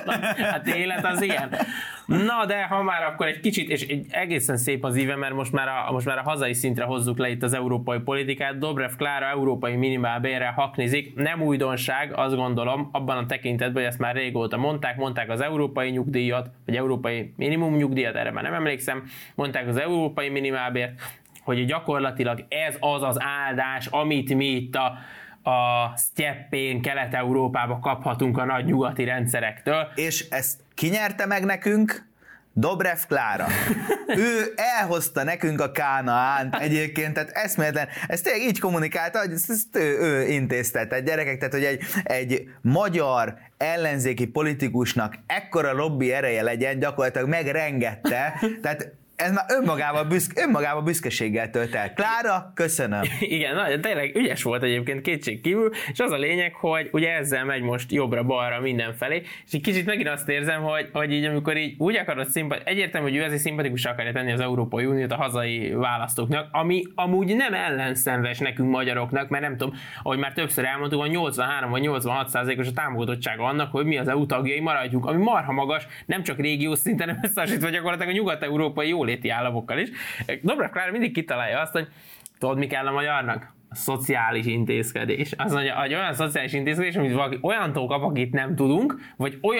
Hát élet az ilyen. Na, de ha már akkor egy kicsit, és egy egészen szép az íve, mert most már, a, most már a hazai szintre hozzuk le itt az európai politikát. Dobrev Klára európai minimálbérrel haknizik. Nem újdonság, azt gondolom, abban a tekintetben, hogy ezt már régóta mondták, mondták az európai nyugdíjat, vagy európai minimum nyugdíjat, erre már nem emlékszem, mondták az európai minimálbért, hogy gyakorlatilag ez az az áldás, amit mi itt a a sztyeppén, Kelet-Európába kaphatunk a nagy nyugati rendszerektől. És ezt ki nyerte meg nekünk? Dobrev Klára. Ő elhozta nekünk a Kánaánt egyébként, tehát eszméletlen, ezt tényleg így kommunikálta, hogy ezt, ezt ő, ő intézte, tehát gyerekek, tehát hogy egy, egy magyar ellenzéki politikusnak ekkora lobby ereje legyen, gyakorlatilag megrengette, tehát ez már önmagával, büszke, önmagával büszkeséggel tölt el. Klára, köszönöm. Igen, na, tényleg ügyes volt egyébként kétség kívül, és az a lényeg, hogy ugye ezzel megy most jobbra-balra mindenfelé, és egy kicsit megint azt érzem, hogy, hogy így amikor így úgy akarod szimpat, egyértelmű, hogy ő azért szimpatikusra akarja tenni az Európai Uniót a hazai választóknak, ami amúgy nem ellenszenves nekünk magyaroknak, mert nem tudom, ahogy már többször elmondtuk, a nyolcvanhárom vagy nyolcvanhat százalékos a támogatottsága annak, hogy mi az é u tagjai maradjunk, ami marha magas, nem csak régiós szinten, nem összehasonlítva gyakorlatilag a nyugat-európai jóléti államokkal is. Dobrev Klára mindig kitalálja azt, hogy tudod, mi kell a magyarnak? A szociális intézkedés. Azt mondja, hogy olyan szociális intézkedés, amit valaki olyantól kap, akit nem tudunk, vagy olyan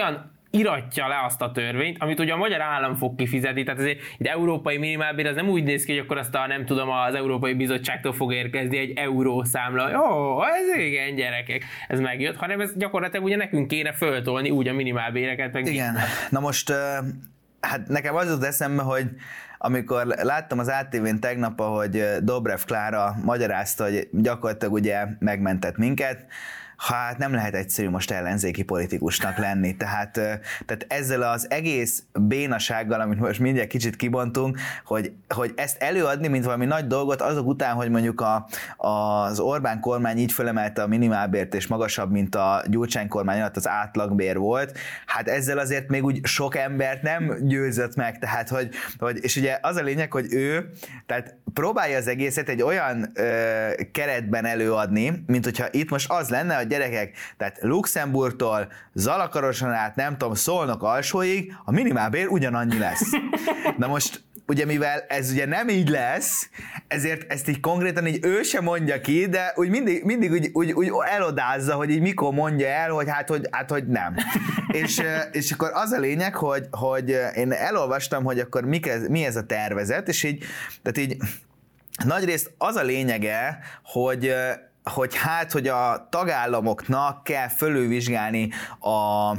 iratja le azt a törvényt, amit ugye a magyar állam fog kifizetni, tehát azért egy európai minimálbér az nem úgy néz ki, hogy akkor azt a, nem tudom, az Európai Bizottságtól fog érkezni egy eurószámla, jó, ez igen, gyerekek, ez megjött, hanem ez gyakorlatilag ugye nekünk kéne föltolni úgy a minimálbéreket. Meg igen, na most hát nekem az az eszembe, hogy amikor láttam az á té vén tegnap, ahogy Dobrev Klára magyarázta, hogy gyakorlatilag ugye megmentett minket, hát nem lehet egyszerű most ellenzéki politikusnak lenni, tehát, tehát ezzel az egész bénasággal, amit most mindjárt kicsit kibontunk, hogy, hogy ezt előadni, mint valami nagy dolgot, azok után, hogy mondjuk a, az Orbán kormány így fölemelte a minimálbért, és magasabb, mint a Gyurcsány kormány alatt az átlagbér volt, hát ezzel azért még úgy sok embert nem győzött meg, tehát hogy, hogy és ugye az a lényeg, hogy ő, tehát próbálja az egészet egy olyan ö, keretben előadni, mint hogyha itt most az lenne, hogy gyerekek, tehát Luxemburgtól Zalakaroson át, nem tudom, Szolnok alsóig a minimálbér ugyanannyi lesz. Na most ugye mivel ez ugye nem így lesz, ezért ezt így konkrétan így ő sem mondja ki, de úgy mindig, mindig úgy, úgy, úgy elodázza, hogy így mikor mondja el, hogy hát, hogy, hát, hogy nem. és, és akkor az a lényeg, hogy, hogy én elolvastam, hogy akkor mi ez, mi ez a tervezet, és így, tehát így nagyrészt az a lényege, hogy hogy hát, hogy a tagállamoknak kell fölülvizsgálni a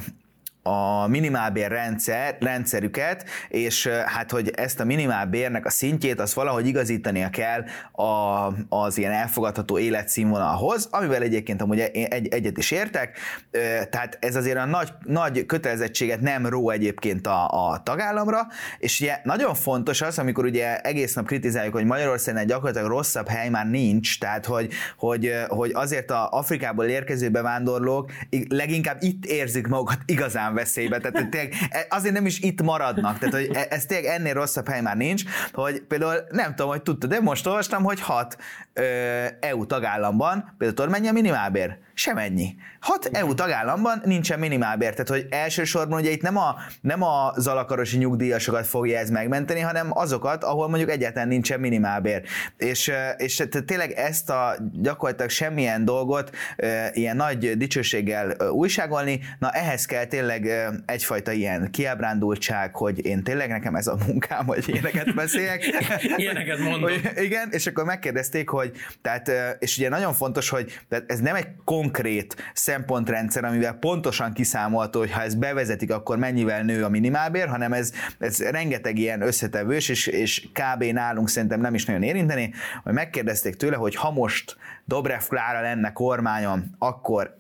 a minimálbér rendszer, rendszerüket, és hát, hogy ezt a minimálbérnek a szintjét, azt valahogy igazítania kell a, az ilyen elfogadható életszínvonalhoz, amivel egyébként amúgy egy, egyet is értek, tehát ez azért a nagy, nagy kötelezettséget nem ró egyébként a, a tagállamra, és ugye nagyon fontos az, amikor ugye egész nap kritizáljuk, hogy Magyarországon gyakorlatilag rosszabb hely már nincs, tehát hogy, hogy, hogy azért az Afrikából érkező bevándorlók leginkább itt érzik magukat igazán veszélybe, tehát tényleg azért nem is itt maradnak, tehát hogy ez tényleg ennél rosszabb hely már nincs, hogy például nem tudom, hogy tudtad, de most olvastam, hogy hat ö, é u tagállamban, például tudod mennyi a minimálbér? Sem ennyi. Hat é u tagállamban nincsen minimálbér, tehát hogy elsősorban ugye itt nem a, nem a zalakarosi nyugdíjasokat fogja ez megmenteni, hanem azokat, ahol mondjuk egyáltalán nincsen minimálbér. És, és tényleg ezt a gyakorlatilag semmilyen dolgot ilyen nagy dicsőséggel újságolni, na ehhez kell tényleg egyfajta ilyen kiábrándultság, hogy én tényleg nekem ez a munkám, hogy ilyeneket beszéljek. Ilyeneket mondom. Igen, és akkor megkérdezték, hogy tehát, és ugye nagyon fontos, hogy tehát ez nem egy konkrét szempontrendszer, amivel pontosan kiszámolható, hogy ha ezt bevezetik, akkor mennyivel nő a minimálbér, hanem ez, ez rengeteg ilyen összetevős, és, és kb. Nálunk szerintem nem is nagyon érinteni, hogy megkérdezték tőle, hogy ha most Dobrev Klára lenne kormányon, akkor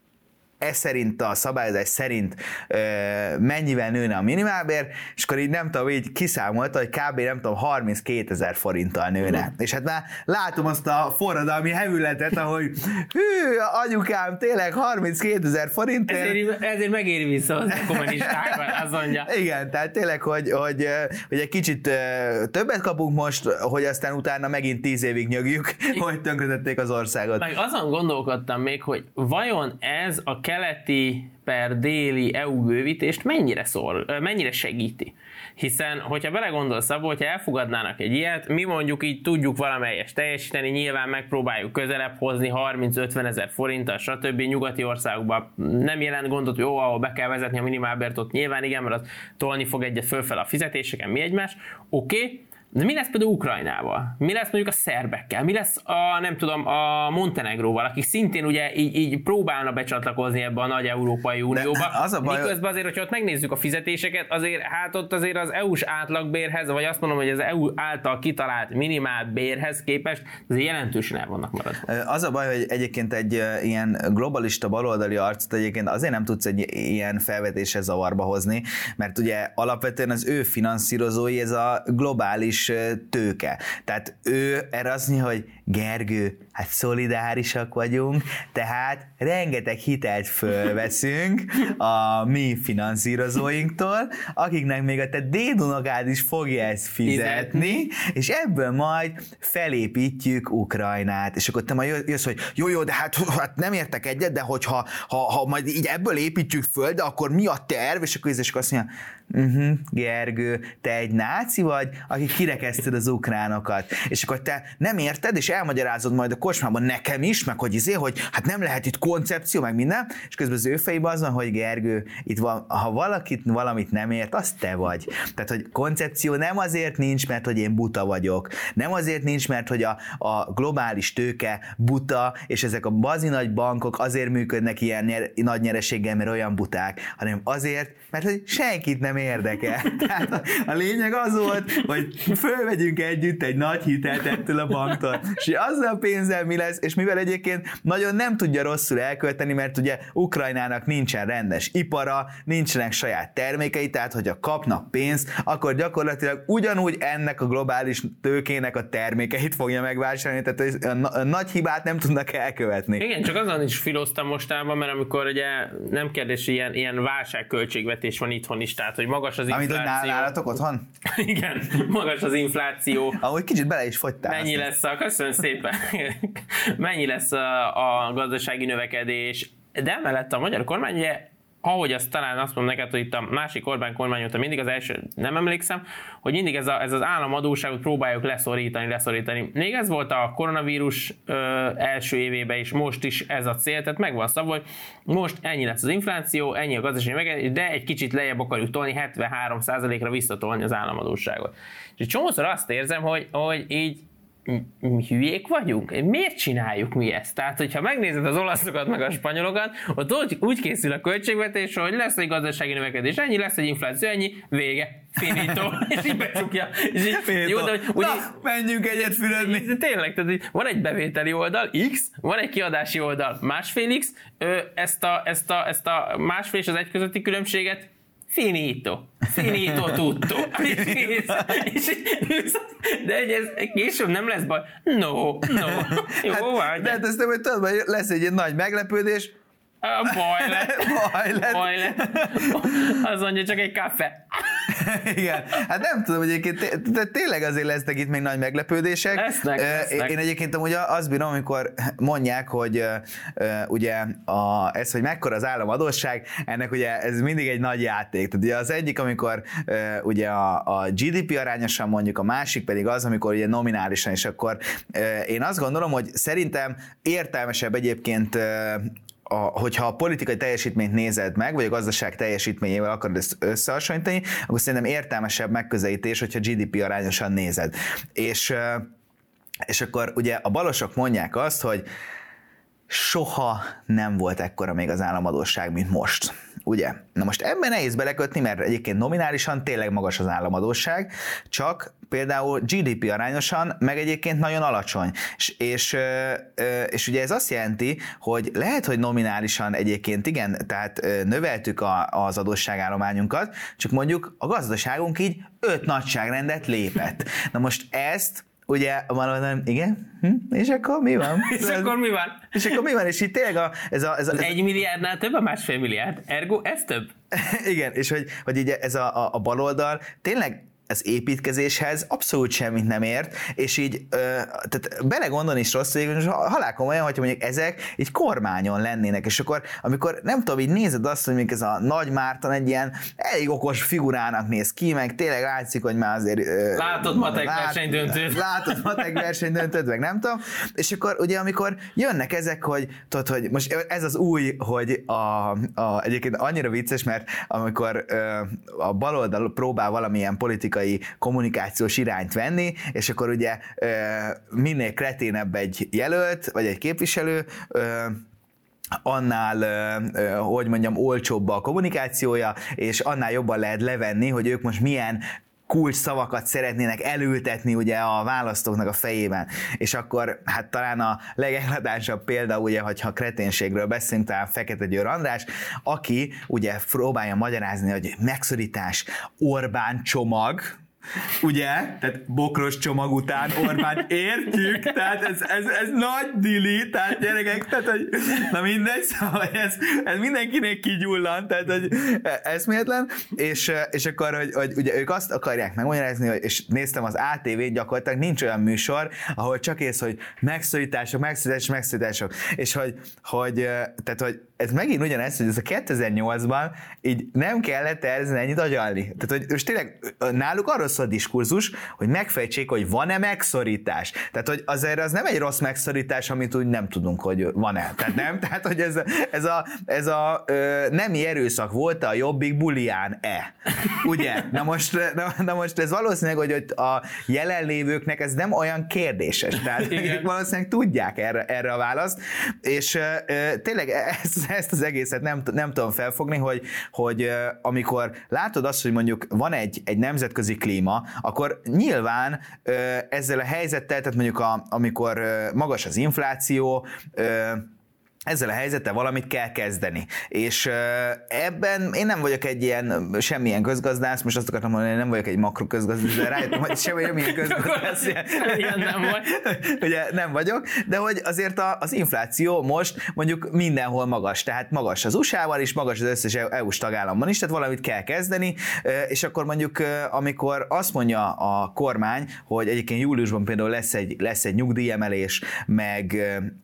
ez szerint, a szabályozás szerint ö, mennyivel nőne a minimálbér, és akkor így nem tudom, így kiszámolta, hogy kb. Nem tudom, harminckétezer forinttal nőne. Mm. És hát már látom azt a forradalmi hevületet, ahogy hű, anyukám, tényleg harminckétezer forintért. Ezért, ezért megéri vissza az a kommunistákban, az mondja. Igen, tehát tényleg, hogy, hogy, hogy egy kicsit többet kapunk most, hogy aztán utána megint tíz évig nyögjük, hogy tönkretették az országot. Meg azon gondolkodtam még, hogy vajon ez a keleti per déli é u bővítést mennyire szól, mennyire segíti. Hiszen, hogyha belegondolsz abba, hogyha elfogadnának egy ilyet, mi mondjuk így tudjuk valamelyest teljesíteni, nyilván megpróbáljuk közelebb hozni harminc-ötven ezer forinttal, stb. Nyugati országokban nem jelent gondot, hogy jó, ahol be kell vezetni a minimálbért, ott nyilván igen, mert az tolni fog egyet fölfel a fizetéseken, mi egymás, oké, okay. De mi lesz például Ukrajnával? Mi lesz mondjuk a szerbekkel? Mi lesz a, nem tudom, a Montenegróval, akik szintén ugye így, így próbálna becsatlakozni ebbe a nagy Európai Unióba? Az a baj... Miközben azért, hogyha ott megnézzük a fizetéseket, azért hát ott azért az é u-s átlagbérhez, vagy azt mondom, hogy az é u által kitalált minimálbérhez képest azért jelentősen el vannak maradva. Az a baj, hogy egyébként egy ilyen globalista baloldali arcot egyébként azért nem tudsz egy ilyen felvetéshez zavarba hozni, mert ugye alapvetően az ő finanszírozói ez a globális tőke. Tehát ő erre azt mondja, hogy Gergő, hát szolidárisak vagyunk, tehát rengeteg hitelt fölveszünk a mi finanszírozóinktól, akiknek még a te dédunokád is fogja ezt fizetni, és ebből majd felépítjük Ukrajnát. És akkor te majd jössz, hogy jó, jó, de hát, hát nem értek egyet, de hogyha ha, ha majd így ebből építjük föl, de akkor mi a terv? És akkor és azt mondja, uh-huh, Gergő, te egy náci vagy, aki kirekeszted az ukránokat. És akkor te nem érted, és elmagyarázod majd a kocsmában nekem is, meg hogy izé, hogy hát nem lehet itt koncepció, meg minden, és közben az ő fejében az van, hogy Gergő, itt van, ha valakit valamit nem ért, az te vagy. Tehát, hogy koncepció nem azért nincs, mert hogy én buta vagyok. Nem azért nincs, mert hogy a, a globális tőke buta, és ezek a bazi nagy bankok azért működnek ilyen nyer, nagy nyereséggel, mert olyan buták, hanem azért, mert hogy senkit nem érdekel. Tehát a, a lényeg az volt, hogy fölvegyünk együtt egy nagy hitelt ettől a banktól, és azzal a pénzzel mi lesz, és mivel egyébként nagyon nem tudja rosszul elkölteni, mert ugye Ukrajnának nincsen rendes ipara, nincsenek saját termékei, tehát hogyha kapnak pénzt, akkor gyakorlatilag ugyanúgy ennek a globális tőkének a termékeit fogja megvásárolni, tehát a, a nagy hibát nem tudnak elkövetni. Igen, csak azon is filoztam mostában, mert amikor ugye nem kérdés, ilyen, ilyen válságköltségvetés van itthon is, tehát hogy magas az infláció. Amit hogy nálatok otthon? Igen, magas az infláció. Ahogy kicsit bele is fogytál. Mennyi lesz a, köszönöm szépen, mennyi lesz a, a gazdasági növekedés, de emellett a magyar kormány ugye, ahogy azt talán azt mondom neked, hogy itt a másik Orbán kormány óta mindig az első, nem emlékszem, hogy mindig ez, a, ez az államadósságot próbáljuk leszorítani, leszorítani. Még ez volt a koronavírus ö, első évében is, most is ez a cél, tehát megvan szabva, hogy most ennyi lesz az infláció, ennyi a gazdasági növekedés, de egy kicsit lejjebb akarjuk tolni, hetvenhárom százalékra visszatolni az államadósságot. És csomószor azt érzem, hogy, hogy így hülyék vagyunk? Miért csináljuk mi ezt? Tehát, hogyha megnézed az olaszokat, meg a spanyolokat, ott úgy, úgy készül a költségvetés, hogy lesz egy gazdasági növekedés, ennyi, lesz egy infláció, ennyi, vége, finito, és így becsukja. És így, jó, de, hogy, úgy, na, menjünk egyet fürödni. Tényleg, tehát van egy bevételi oldal, X, van egy kiadási oldal, másfél X, ezt a, ezt a, ezt a másfél és az egy közötti különbséget finito. Finito tutto. De ez később nem lesz baj. No, no. Jó, hát, de hát ezt nem, hogy tudod, hogy lesz egy ilyen nagy meglepődés. Baj lett. Baj lett. Baj lett. Az mondja, csak egy kafe. Igen. Hát nem tudom, hogy egyébként de tényleg azért lesznek itt még nagy meglepődések. Lesznek, lesznek. Én egyébként amúgy azt bírom, amikor mondják, hogy ugye a, ez, hogy mekkora az államadósság, ennek ugye ez mindig egy nagy játék. Tehát ugye az egyik, amikor ugye a, a gé dé pé arányosan mondjuk, a másik pedig az, amikor ugye nominálisan, és akkor én azt gondolom, hogy szerintem értelmesebb egyébként A, hogyha a politikai teljesítményt nézed meg, vagy a gazdaság teljesítményével akarod ezt összehasonlítani, akkor szerintem értelmesebb megközelítés, hogyha gé dé pé arányosan nézed. És, és akkor ugye a balosok mondják azt, hogy soha nem volt ekkora még az államadósság, mint most. Ugye? Na most ebben nehéz belekötni, mert egyébként nominálisan tényleg magas az államadósság, csak például gé dé pé arányosan meg egyébként nagyon alacsony. És, és, és ugye ez azt jelenti, hogy lehet, hogy nominálisan egyébként igen, tehát növeltük a, az adósságállományunkat, csak mondjuk a gazdaságunk így öt nagyságrendet lépett. Na most ezt ugye, valóban, igen, hm? És akkor mi van? És akkor mi van? És akkor mi van? És itt tényleg a, ez a... Ez a ez egy milliárdnál több a másfél milliárd, ergo ez több. Igen, és hogy, hogy így ez a, a, a baloldal tényleg az építkezéshez abszolút semmit nem ért, és így ö, tehát belegondolni is rossz, hogy halálkomolyan, hogyha mondjuk ezek így kormányon lennének, és akkor amikor nem tudom, így nézed azt, hogy mondjuk ez a Nagy Márton egy ilyen elég okos figurának néz ki, meg tényleg látszik, hogy már azért... Ö, látod matek lát, versenydöntőt. Látod matek versenydöntőt, meg nem tudom, és akkor ugye amikor jönnek ezek, hogy tudod, hogy most ez az új, hogy a, a egyébként annyira vicces, mert amikor ö, a baloldal próbál valamilyen politikai kommunikációs irányt venni, és akkor ugye minél kreténebb egy jelölt, vagy egy képviselő, annál, hogy mondjam, olcsóbb a kommunikációja, és annál jobban lehet levenni, hogy ők most milyen kulcs szavakat szeretnének elültetni ugye a választóknak a fejében. És akkor hát talán a legeklatásabb példa, ugye, hogyha kreténségről beszélünk, talán Fekete Győr András, aki ugye próbálja magyarázni, hogy megszorítás, Orbán csomag, Ugye? Tehát bokros csomag után Orbán értjük, tehát ez, ez, ez nagy dili, tehát gyerekek, tehát hogy, na mindegy, szóval ez, ez mindenkinek kigyullan, tehát hogy eszméletlen, és, és akkor, hogy, hogy ugye ők azt akarják megmagyarázni, és néztem az á té vén, gyakorlatilag nincs olyan műsor, ahol csak ész, hogy megszorítások, megszorítások, megszorítások, és hogy, hogy, tehát, hogy ez megint ugyanez, hogy ez a kétezer-nyolcban így nem kellett ezen ennyit agyalni. Tehát, hogy most tényleg náluk arról szól a diskurzus, hogy megfejtsék, hogy van-e megszorítás. Tehát, hogy azért az nem egy rossz megszorítás, amit úgy nem tudunk, hogy van-e. Tehát nem? Tehát, hogy ez a, ez a, ez a ö, nemi erőszak volt a Jobbik bulián-e. Ugye? Na most, na, na most ez valószínűleg, hogy, hogy a jelenlévőknek ez nem olyan kérdéses. Tehát ők valószínűleg tudják erre, erre a választ. És ö, tényleg ezt, ezt az egészet nem, nem tudom felfogni, hogy, hogy ö, amikor látod azt, hogy mondjuk van egy, egy nemzetközi klíma, akkor nyilván ö, ezzel a helyzettel, tehát mondjuk a, amikor ö, magas az infláció, ö, ezzel a helyzettel valamit kell kezdeni. És uh, ebben én nem vagyok egy ilyen semmilyen közgazdász, most azt akartam mondani, hogy nem vagyok egy makroközgazdász, de rájöttem, hogy semmilyen közgazdász. Igen, nem vagy. Ugye nem vagyok, de hogy azért a, az infláció most mondjuk mindenhol magas, tehát magas az u es á-ban is, magas az összes é u-s tagállamban is, tehát valamit kell kezdeni, és akkor mondjuk amikor azt mondja a kormány, hogy egyébként júliusban például lesz egy, lesz egy nyugdíjemelés, meg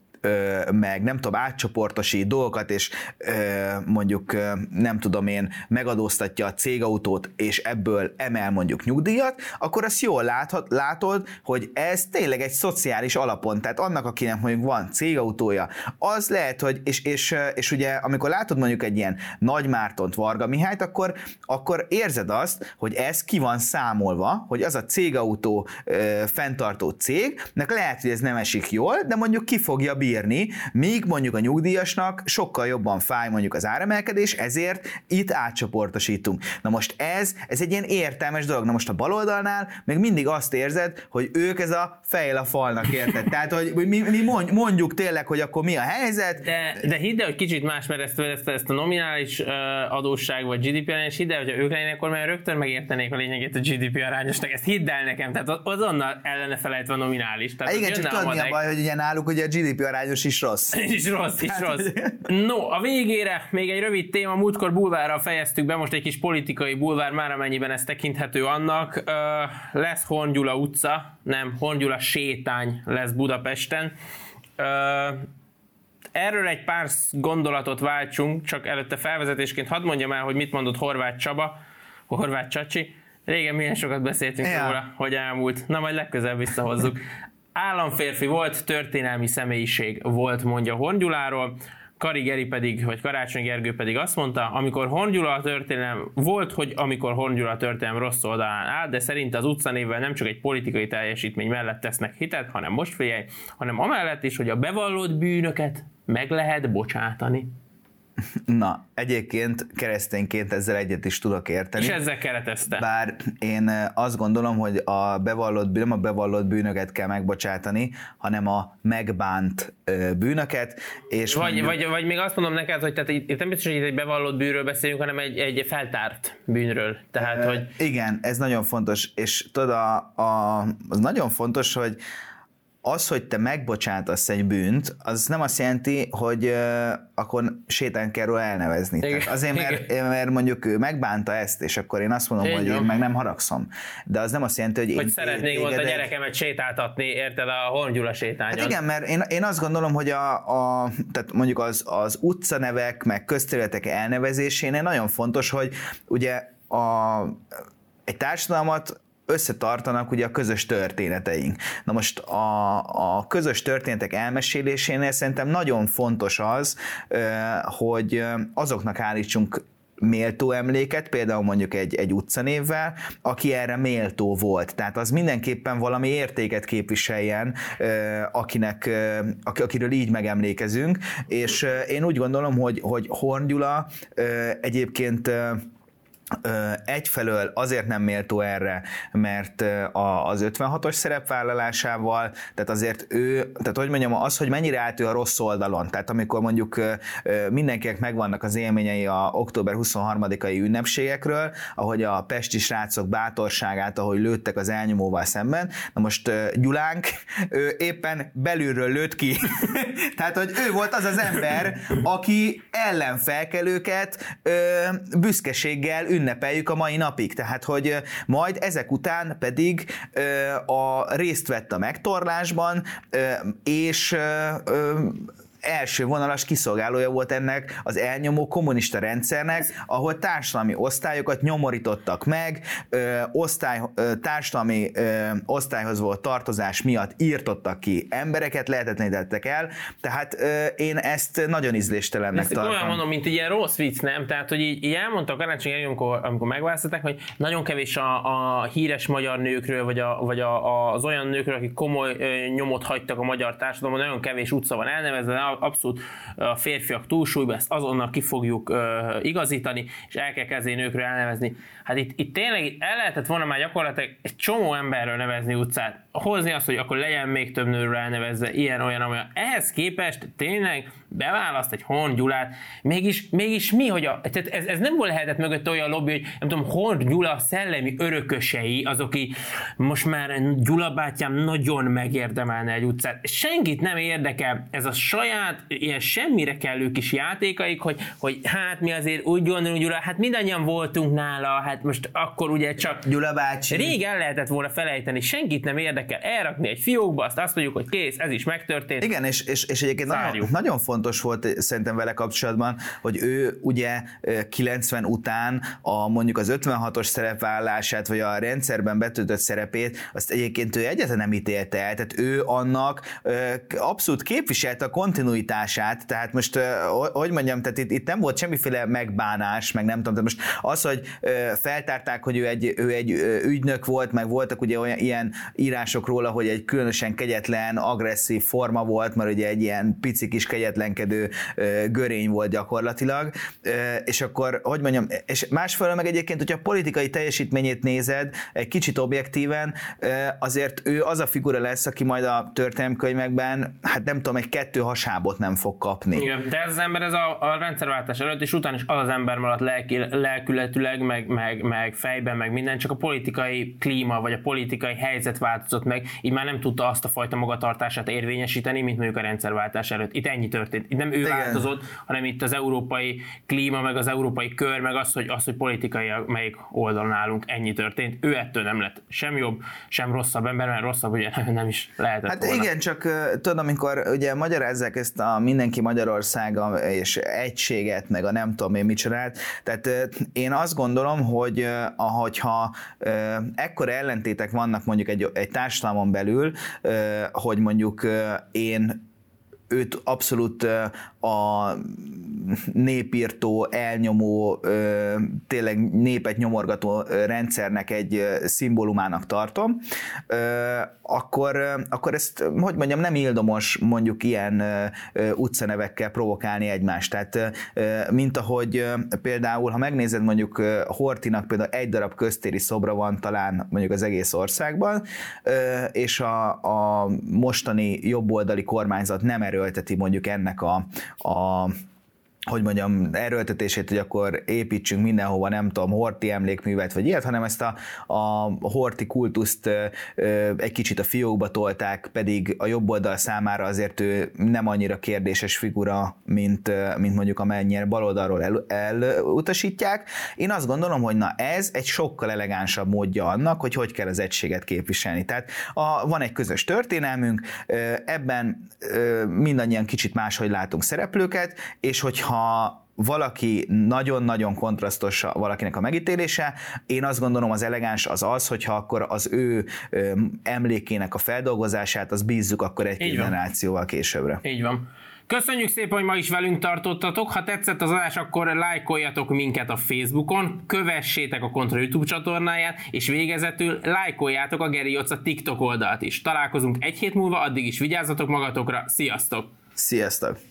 Ö, meg nem tudom, átcsoportosít dolgokat, és ö, mondjuk ö, nem tudom én, megadóztatja a cégautót, és ebből emel mondjuk nyugdíjat, akkor azt jól láthat, látod, hogy ez tényleg egy szociális alapon, tehát annak, akinek mondjuk van cégautója, az lehet, hogy, és, és, és ugye amikor látod mondjuk egy ilyen Nagy Mártont, Varga Mihályt, akkor, akkor érzed azt, hogy ez ki van számolva, hogy az a cégautó ö, fenntartó cégnek lehet, hogy ez nem esik jól, de mondjuk ki fogja bírni, míg mondjuk a nyugdíjasnak sokkal jobban fáj mondjuk az áremelkedés, ezért itt átcsoportosítunk. Na most ez, ez egy ilyen értelmes dolog. Na most a baloldalnál még mindig azt érzed, hogy ők ez a fejl a falnak, érted? Tehát, hogy mi, mi mondjuk tényleg, hogy akkor mi a helyzet. De, de hidd el, hogy kicsit más, mert ezt, ezt, ezt a nominális uh, adósság vagy gé dé pé arányos, hidd el, hogyha ők lennének, akkor már rögtön megértenék a lényegét a gé dé pé arányosnak. Ezt hidd el nekem, tehát azonnal ellene felejtve a nominális. Tehát, igen, csak tudod mi a baj, hogy ugye náluk ugye a gé dé pé arányos is rossz. is rossz, is rossz. No, a végére még egy rövid téma, múltkor bulvárral fejeztük be, most egy kis politikai bulvár, már amennyiben ez tekinthető annak. Uh, lesz Horn Gyula utca, nem, Horn Gyula sétány lesz Budapesten. Uh, erről egy pár gondolatot váltsunk, csak előtte felvezetésként hadd mondjam el, hogy mit mondott Horváth Csaba, Horváth Csacsi. Régen milyen sokat beszéltünk ja. róla, hogy elmúlt. Na, majd legközelebb visszahozzuk. Államférfi volt, történelmi személyiség volt, mondja Horn Gyuláról, Kari Geri pedig, vagy Karácsony Gergő pedig azt mondta, amikor Horn Gyula a történelem, volt, hogy amikor Horn Gyula a történelem rossz oldalán áll, de szerint az utcanévvel nem csak egy politikai teljesítmény mellett tesznek hitet, hanem most figyelj, hanem amellett is, hogy a bevallott bűnöket meg lehet bocsátani. Na, egyébként keresztényként ezzel egyet is tudok érteni. És ezzel keretezte. Bár én azt gondolom, hogy a bevallott, nem a bevallott bűnöket kell megbocsátani, hanem a megbánt bűnöket. És vagy, mondjuk... vagy, vagy még azt mondom neked, hogy tehát itt nem biztos, hogy itt egy bevallott bűnről beszélünk, hanem egy, egy feltárt bűnről. Tehát, e, hogy... Igen, ez nagyon fontos. És tudod, a, a, az nagyon fontos, hogy az, hogy te megbocsátasz egy bűnt, az nem azt jelenti, hogy uh, akkor sétán kell róla elnevezni. Tehát azért, mert, mert mondjuk ő megbánta ezt, és akkor én azt mondom, én hogy jó. én meg nem haragszom. De az nem azt jelenti, hogy... Hogy én, szeretnék volt a gyerekemet sétáltatni, érted, a Horn Gyula sétányon. Hát igen, mert én, én azt gondolom, hogy a, a, tehát mondjuk az, az utcanevek, meg közterületek elnevezésénél nagyon fontos, hogy ugye a, egy társadalmat összetartanak ugye a közös történeteink. Na most a, a közös történetek elmesélésénél szerintem nagyon fontos az, hogy azoknak állítsunk méltó emléket, például mondjuk egy, egy utcanévvel, aki erre méltó volt. Tehát az mindenképpen valami értéket képviseljen, akinek, akiről így megemlékezünk, és én úgy gondolom, hogy, hogy Horn Gyula egyébként egyfelől azért nem méltó erre, mert az ötvenhatos szerepvállalásával, tehát azért ő, tehát hogy mondjam, az, hogy mennyire állt ő a rossz oldalon, tehát amikor mondjuk mindenkinek megvannak az élményei a október huszonharmadikai ünnepségekről, ahogy a pesti srácok bátorságát, ahogy lőttek az elnyomóval szemben, na most Gyulánk ő éppen belülről lőtt ki. Tehát, hogy ő volt az az ember, aki ellenfelkelőket büszkeséggel ünnepeljük a mai napig. Tehát, hogy majd ezek után pedig a részt vett a megtorlásban, és első vonalas kiszolgálója volt ennek az elnyomó kommunista rendszernek, ahol társadalmi osztályokat nyomorítottak meg, ö, osztály, ö, társadalmi ö, osztályhoz volt tartozás miatt írtottak ki embereket, lehetetlenítettek el, tehát ö, én ezt nagyon ízléstelennek ezt tartom. Olyan mondom, mint egy ilyen rossz vicc, nem? Tehát, hogy így, így elmondta a Karácsony, amikor, amikor megválasztották, hogy nagyon kevés a, a híres magyar nőkről, vagy, a, vagy a, a, az olyan nőkről, akik komoly ö, nyomot hagytak a magyar társadalomban, nagyon kevés utca van elnevezve, abszolút a férfiak túlsúlyban, ezt azonnal ki fogjuk uh, igazítani, és el kell kezdeni nőkről elnevezni. Hát itt, itt tényleg el lehetett volna már gyakorlatilag egy csomó emberről nevezni utcát. Hozni azt, hogy akkor legyen még több nőről elnevezve, ilyen, olyan, olyan. Ehhez képest tényleg beválaszt egy Horn Gyulát, mégis, mégis mi, hogy a, tehát ez, ez nem volt lehetett mögött olyan lobby, hogy nem tudom, Horn Gyula szellemi örökösei, azok, aki most már Gyula bátyám nagyon megérdemelne egy utcát. Senkit nem érdekel ez a saját, ilyen semmire kellő kis játékaik, hogy, hogy hát mi azért úgy gondolunk, Gyula, hát mindannyian voltunk nála, hát most akkor ugye csak Gyula bácsi. Rég el lehetett volna felejteni, senkit nem érdekel elrakni egy fiókba, azt azt mondjuk, hogy kész, ez is megtörtént. Igen, és, és, és egyébként nagyon, nagyon fontos volt szerintem vele kapcsolatban, hogy ő ugye kilencven után a mondjuk az ötvenhatos szerepvállását, vagy a rendszerben betöltött szerepét, azt egyébként ő egyáltalán nem ítélte el, tehát ő annak abszolút képviselte a kontinuitását, tehát most, hogy mondjam, tehát itt, itt nem volt semmiféle megbánás, meg nem tudom, tehát most az, hogy feltárták, hogy ő egy, ő egy ügynök volt, meg voltak ugye olyan ilyen írások róla, hogy egy különösen kegyetlen, agresszív forma volt, mert ugye egy ilyen pici kis kegyetlenkedő görény volt gyakorlatilag, és akkor, hogy mondjam, és másfelől meg egyébként, hogyha a politikai teljesítményét nézed egy kicsit objektíven, azért ő az a figura lesz, aki majd a történelemkönyvekben, hát nem tudom, egy kettő hasábot nem fog kapni. Igen, de ez az ember ez a, a rendszerváltás előtt, és utána is az az ember maradt lelki, lelkületileg, meg, meg, meg fejben, meg minden, csak a politikai klíma, vagy a politikai helyzet változott meg, így már nem tudta azt a fajta magatartását érvényesíteni, mint mondjuk a rendszerváltás előtt. Itt ennyi történt. Itt nem ő Igen. változott, hanem itt az európai klíma, meg az európai kör, meg az, hogy, az, hogy politikai melyik oldalon állunk, ennyi történt. Ő ettől nem lett sem jobb, sem rosszabb ember, mert rosszabb ugye nem is lehetett Hát volna. Igen, csak tudod, amikor ugye magyarázzák ezt a mindenki Magyarországa és egységet, meg a nem tudom én mit csinált, tehát én azt gondolom, hogy ahogyha ekkora ellentétek vannak mondjuk egy, egy társadalmon belül, hogy mondjuk én őt abszolút a népírtó, elnyomó, tényleg népet nyomorgató rendszernek egy szimbólumának tartom, akkor, akkor ezt, hogy mondjam, nem ildomos mondjuk ilyen utcanevekkel provokálni egymást. Tehát, mint ahogy például, ha megnézed mondjuk Horthynak például egy darab köztéri szobra van talán mondjuk az egész országban, és a, a mostani jobboldali kormányzat nem erőlteti mondjuk ennek a, a hogy mondjam, erőltetését, hogy akkor építsünk mindenhova, nem tudom, Horthy emlékművet, vagy ilyet, hanem ezt a, a Horthy kultuszt egy kicsit a fiókba tolták, pedig a jobb oldal számára azért ő nem annyira kérdéses figura, mint, mint mondjuk amennyire baloldalról el, elutasítják. Én azt gondolom, hogy na ez egy sokkal elegánsabb módja annak, hogy hogy kell az egységet képviselni. Tehát a, van egy közös történelmünk, ebben mindannyian kicsit máshogy látunk szereplőket, és hogyha ha valaki nagyon-nagyon kontrasztos valakinek a megítélése, én azt gondolom az elegáns az az, hogyha akkor az ő ö, emlékének a feldolgozását, az bízzuk akkor egy generációval későbbre. Így van. Köszönjük szépen, hogy ma is velünk tartottatok. Ha tetszett az adás, akkor lájkoljatok minket a Facebookon, kövessétek a Kontra YouTube csatornáját, és végezetül lájkoljátok a Geri Jocsa TikTok oldalt is. Találkozunk egy hét múlva, addig is vigyázzatok magatokra. Sziasztok! Sziasztok!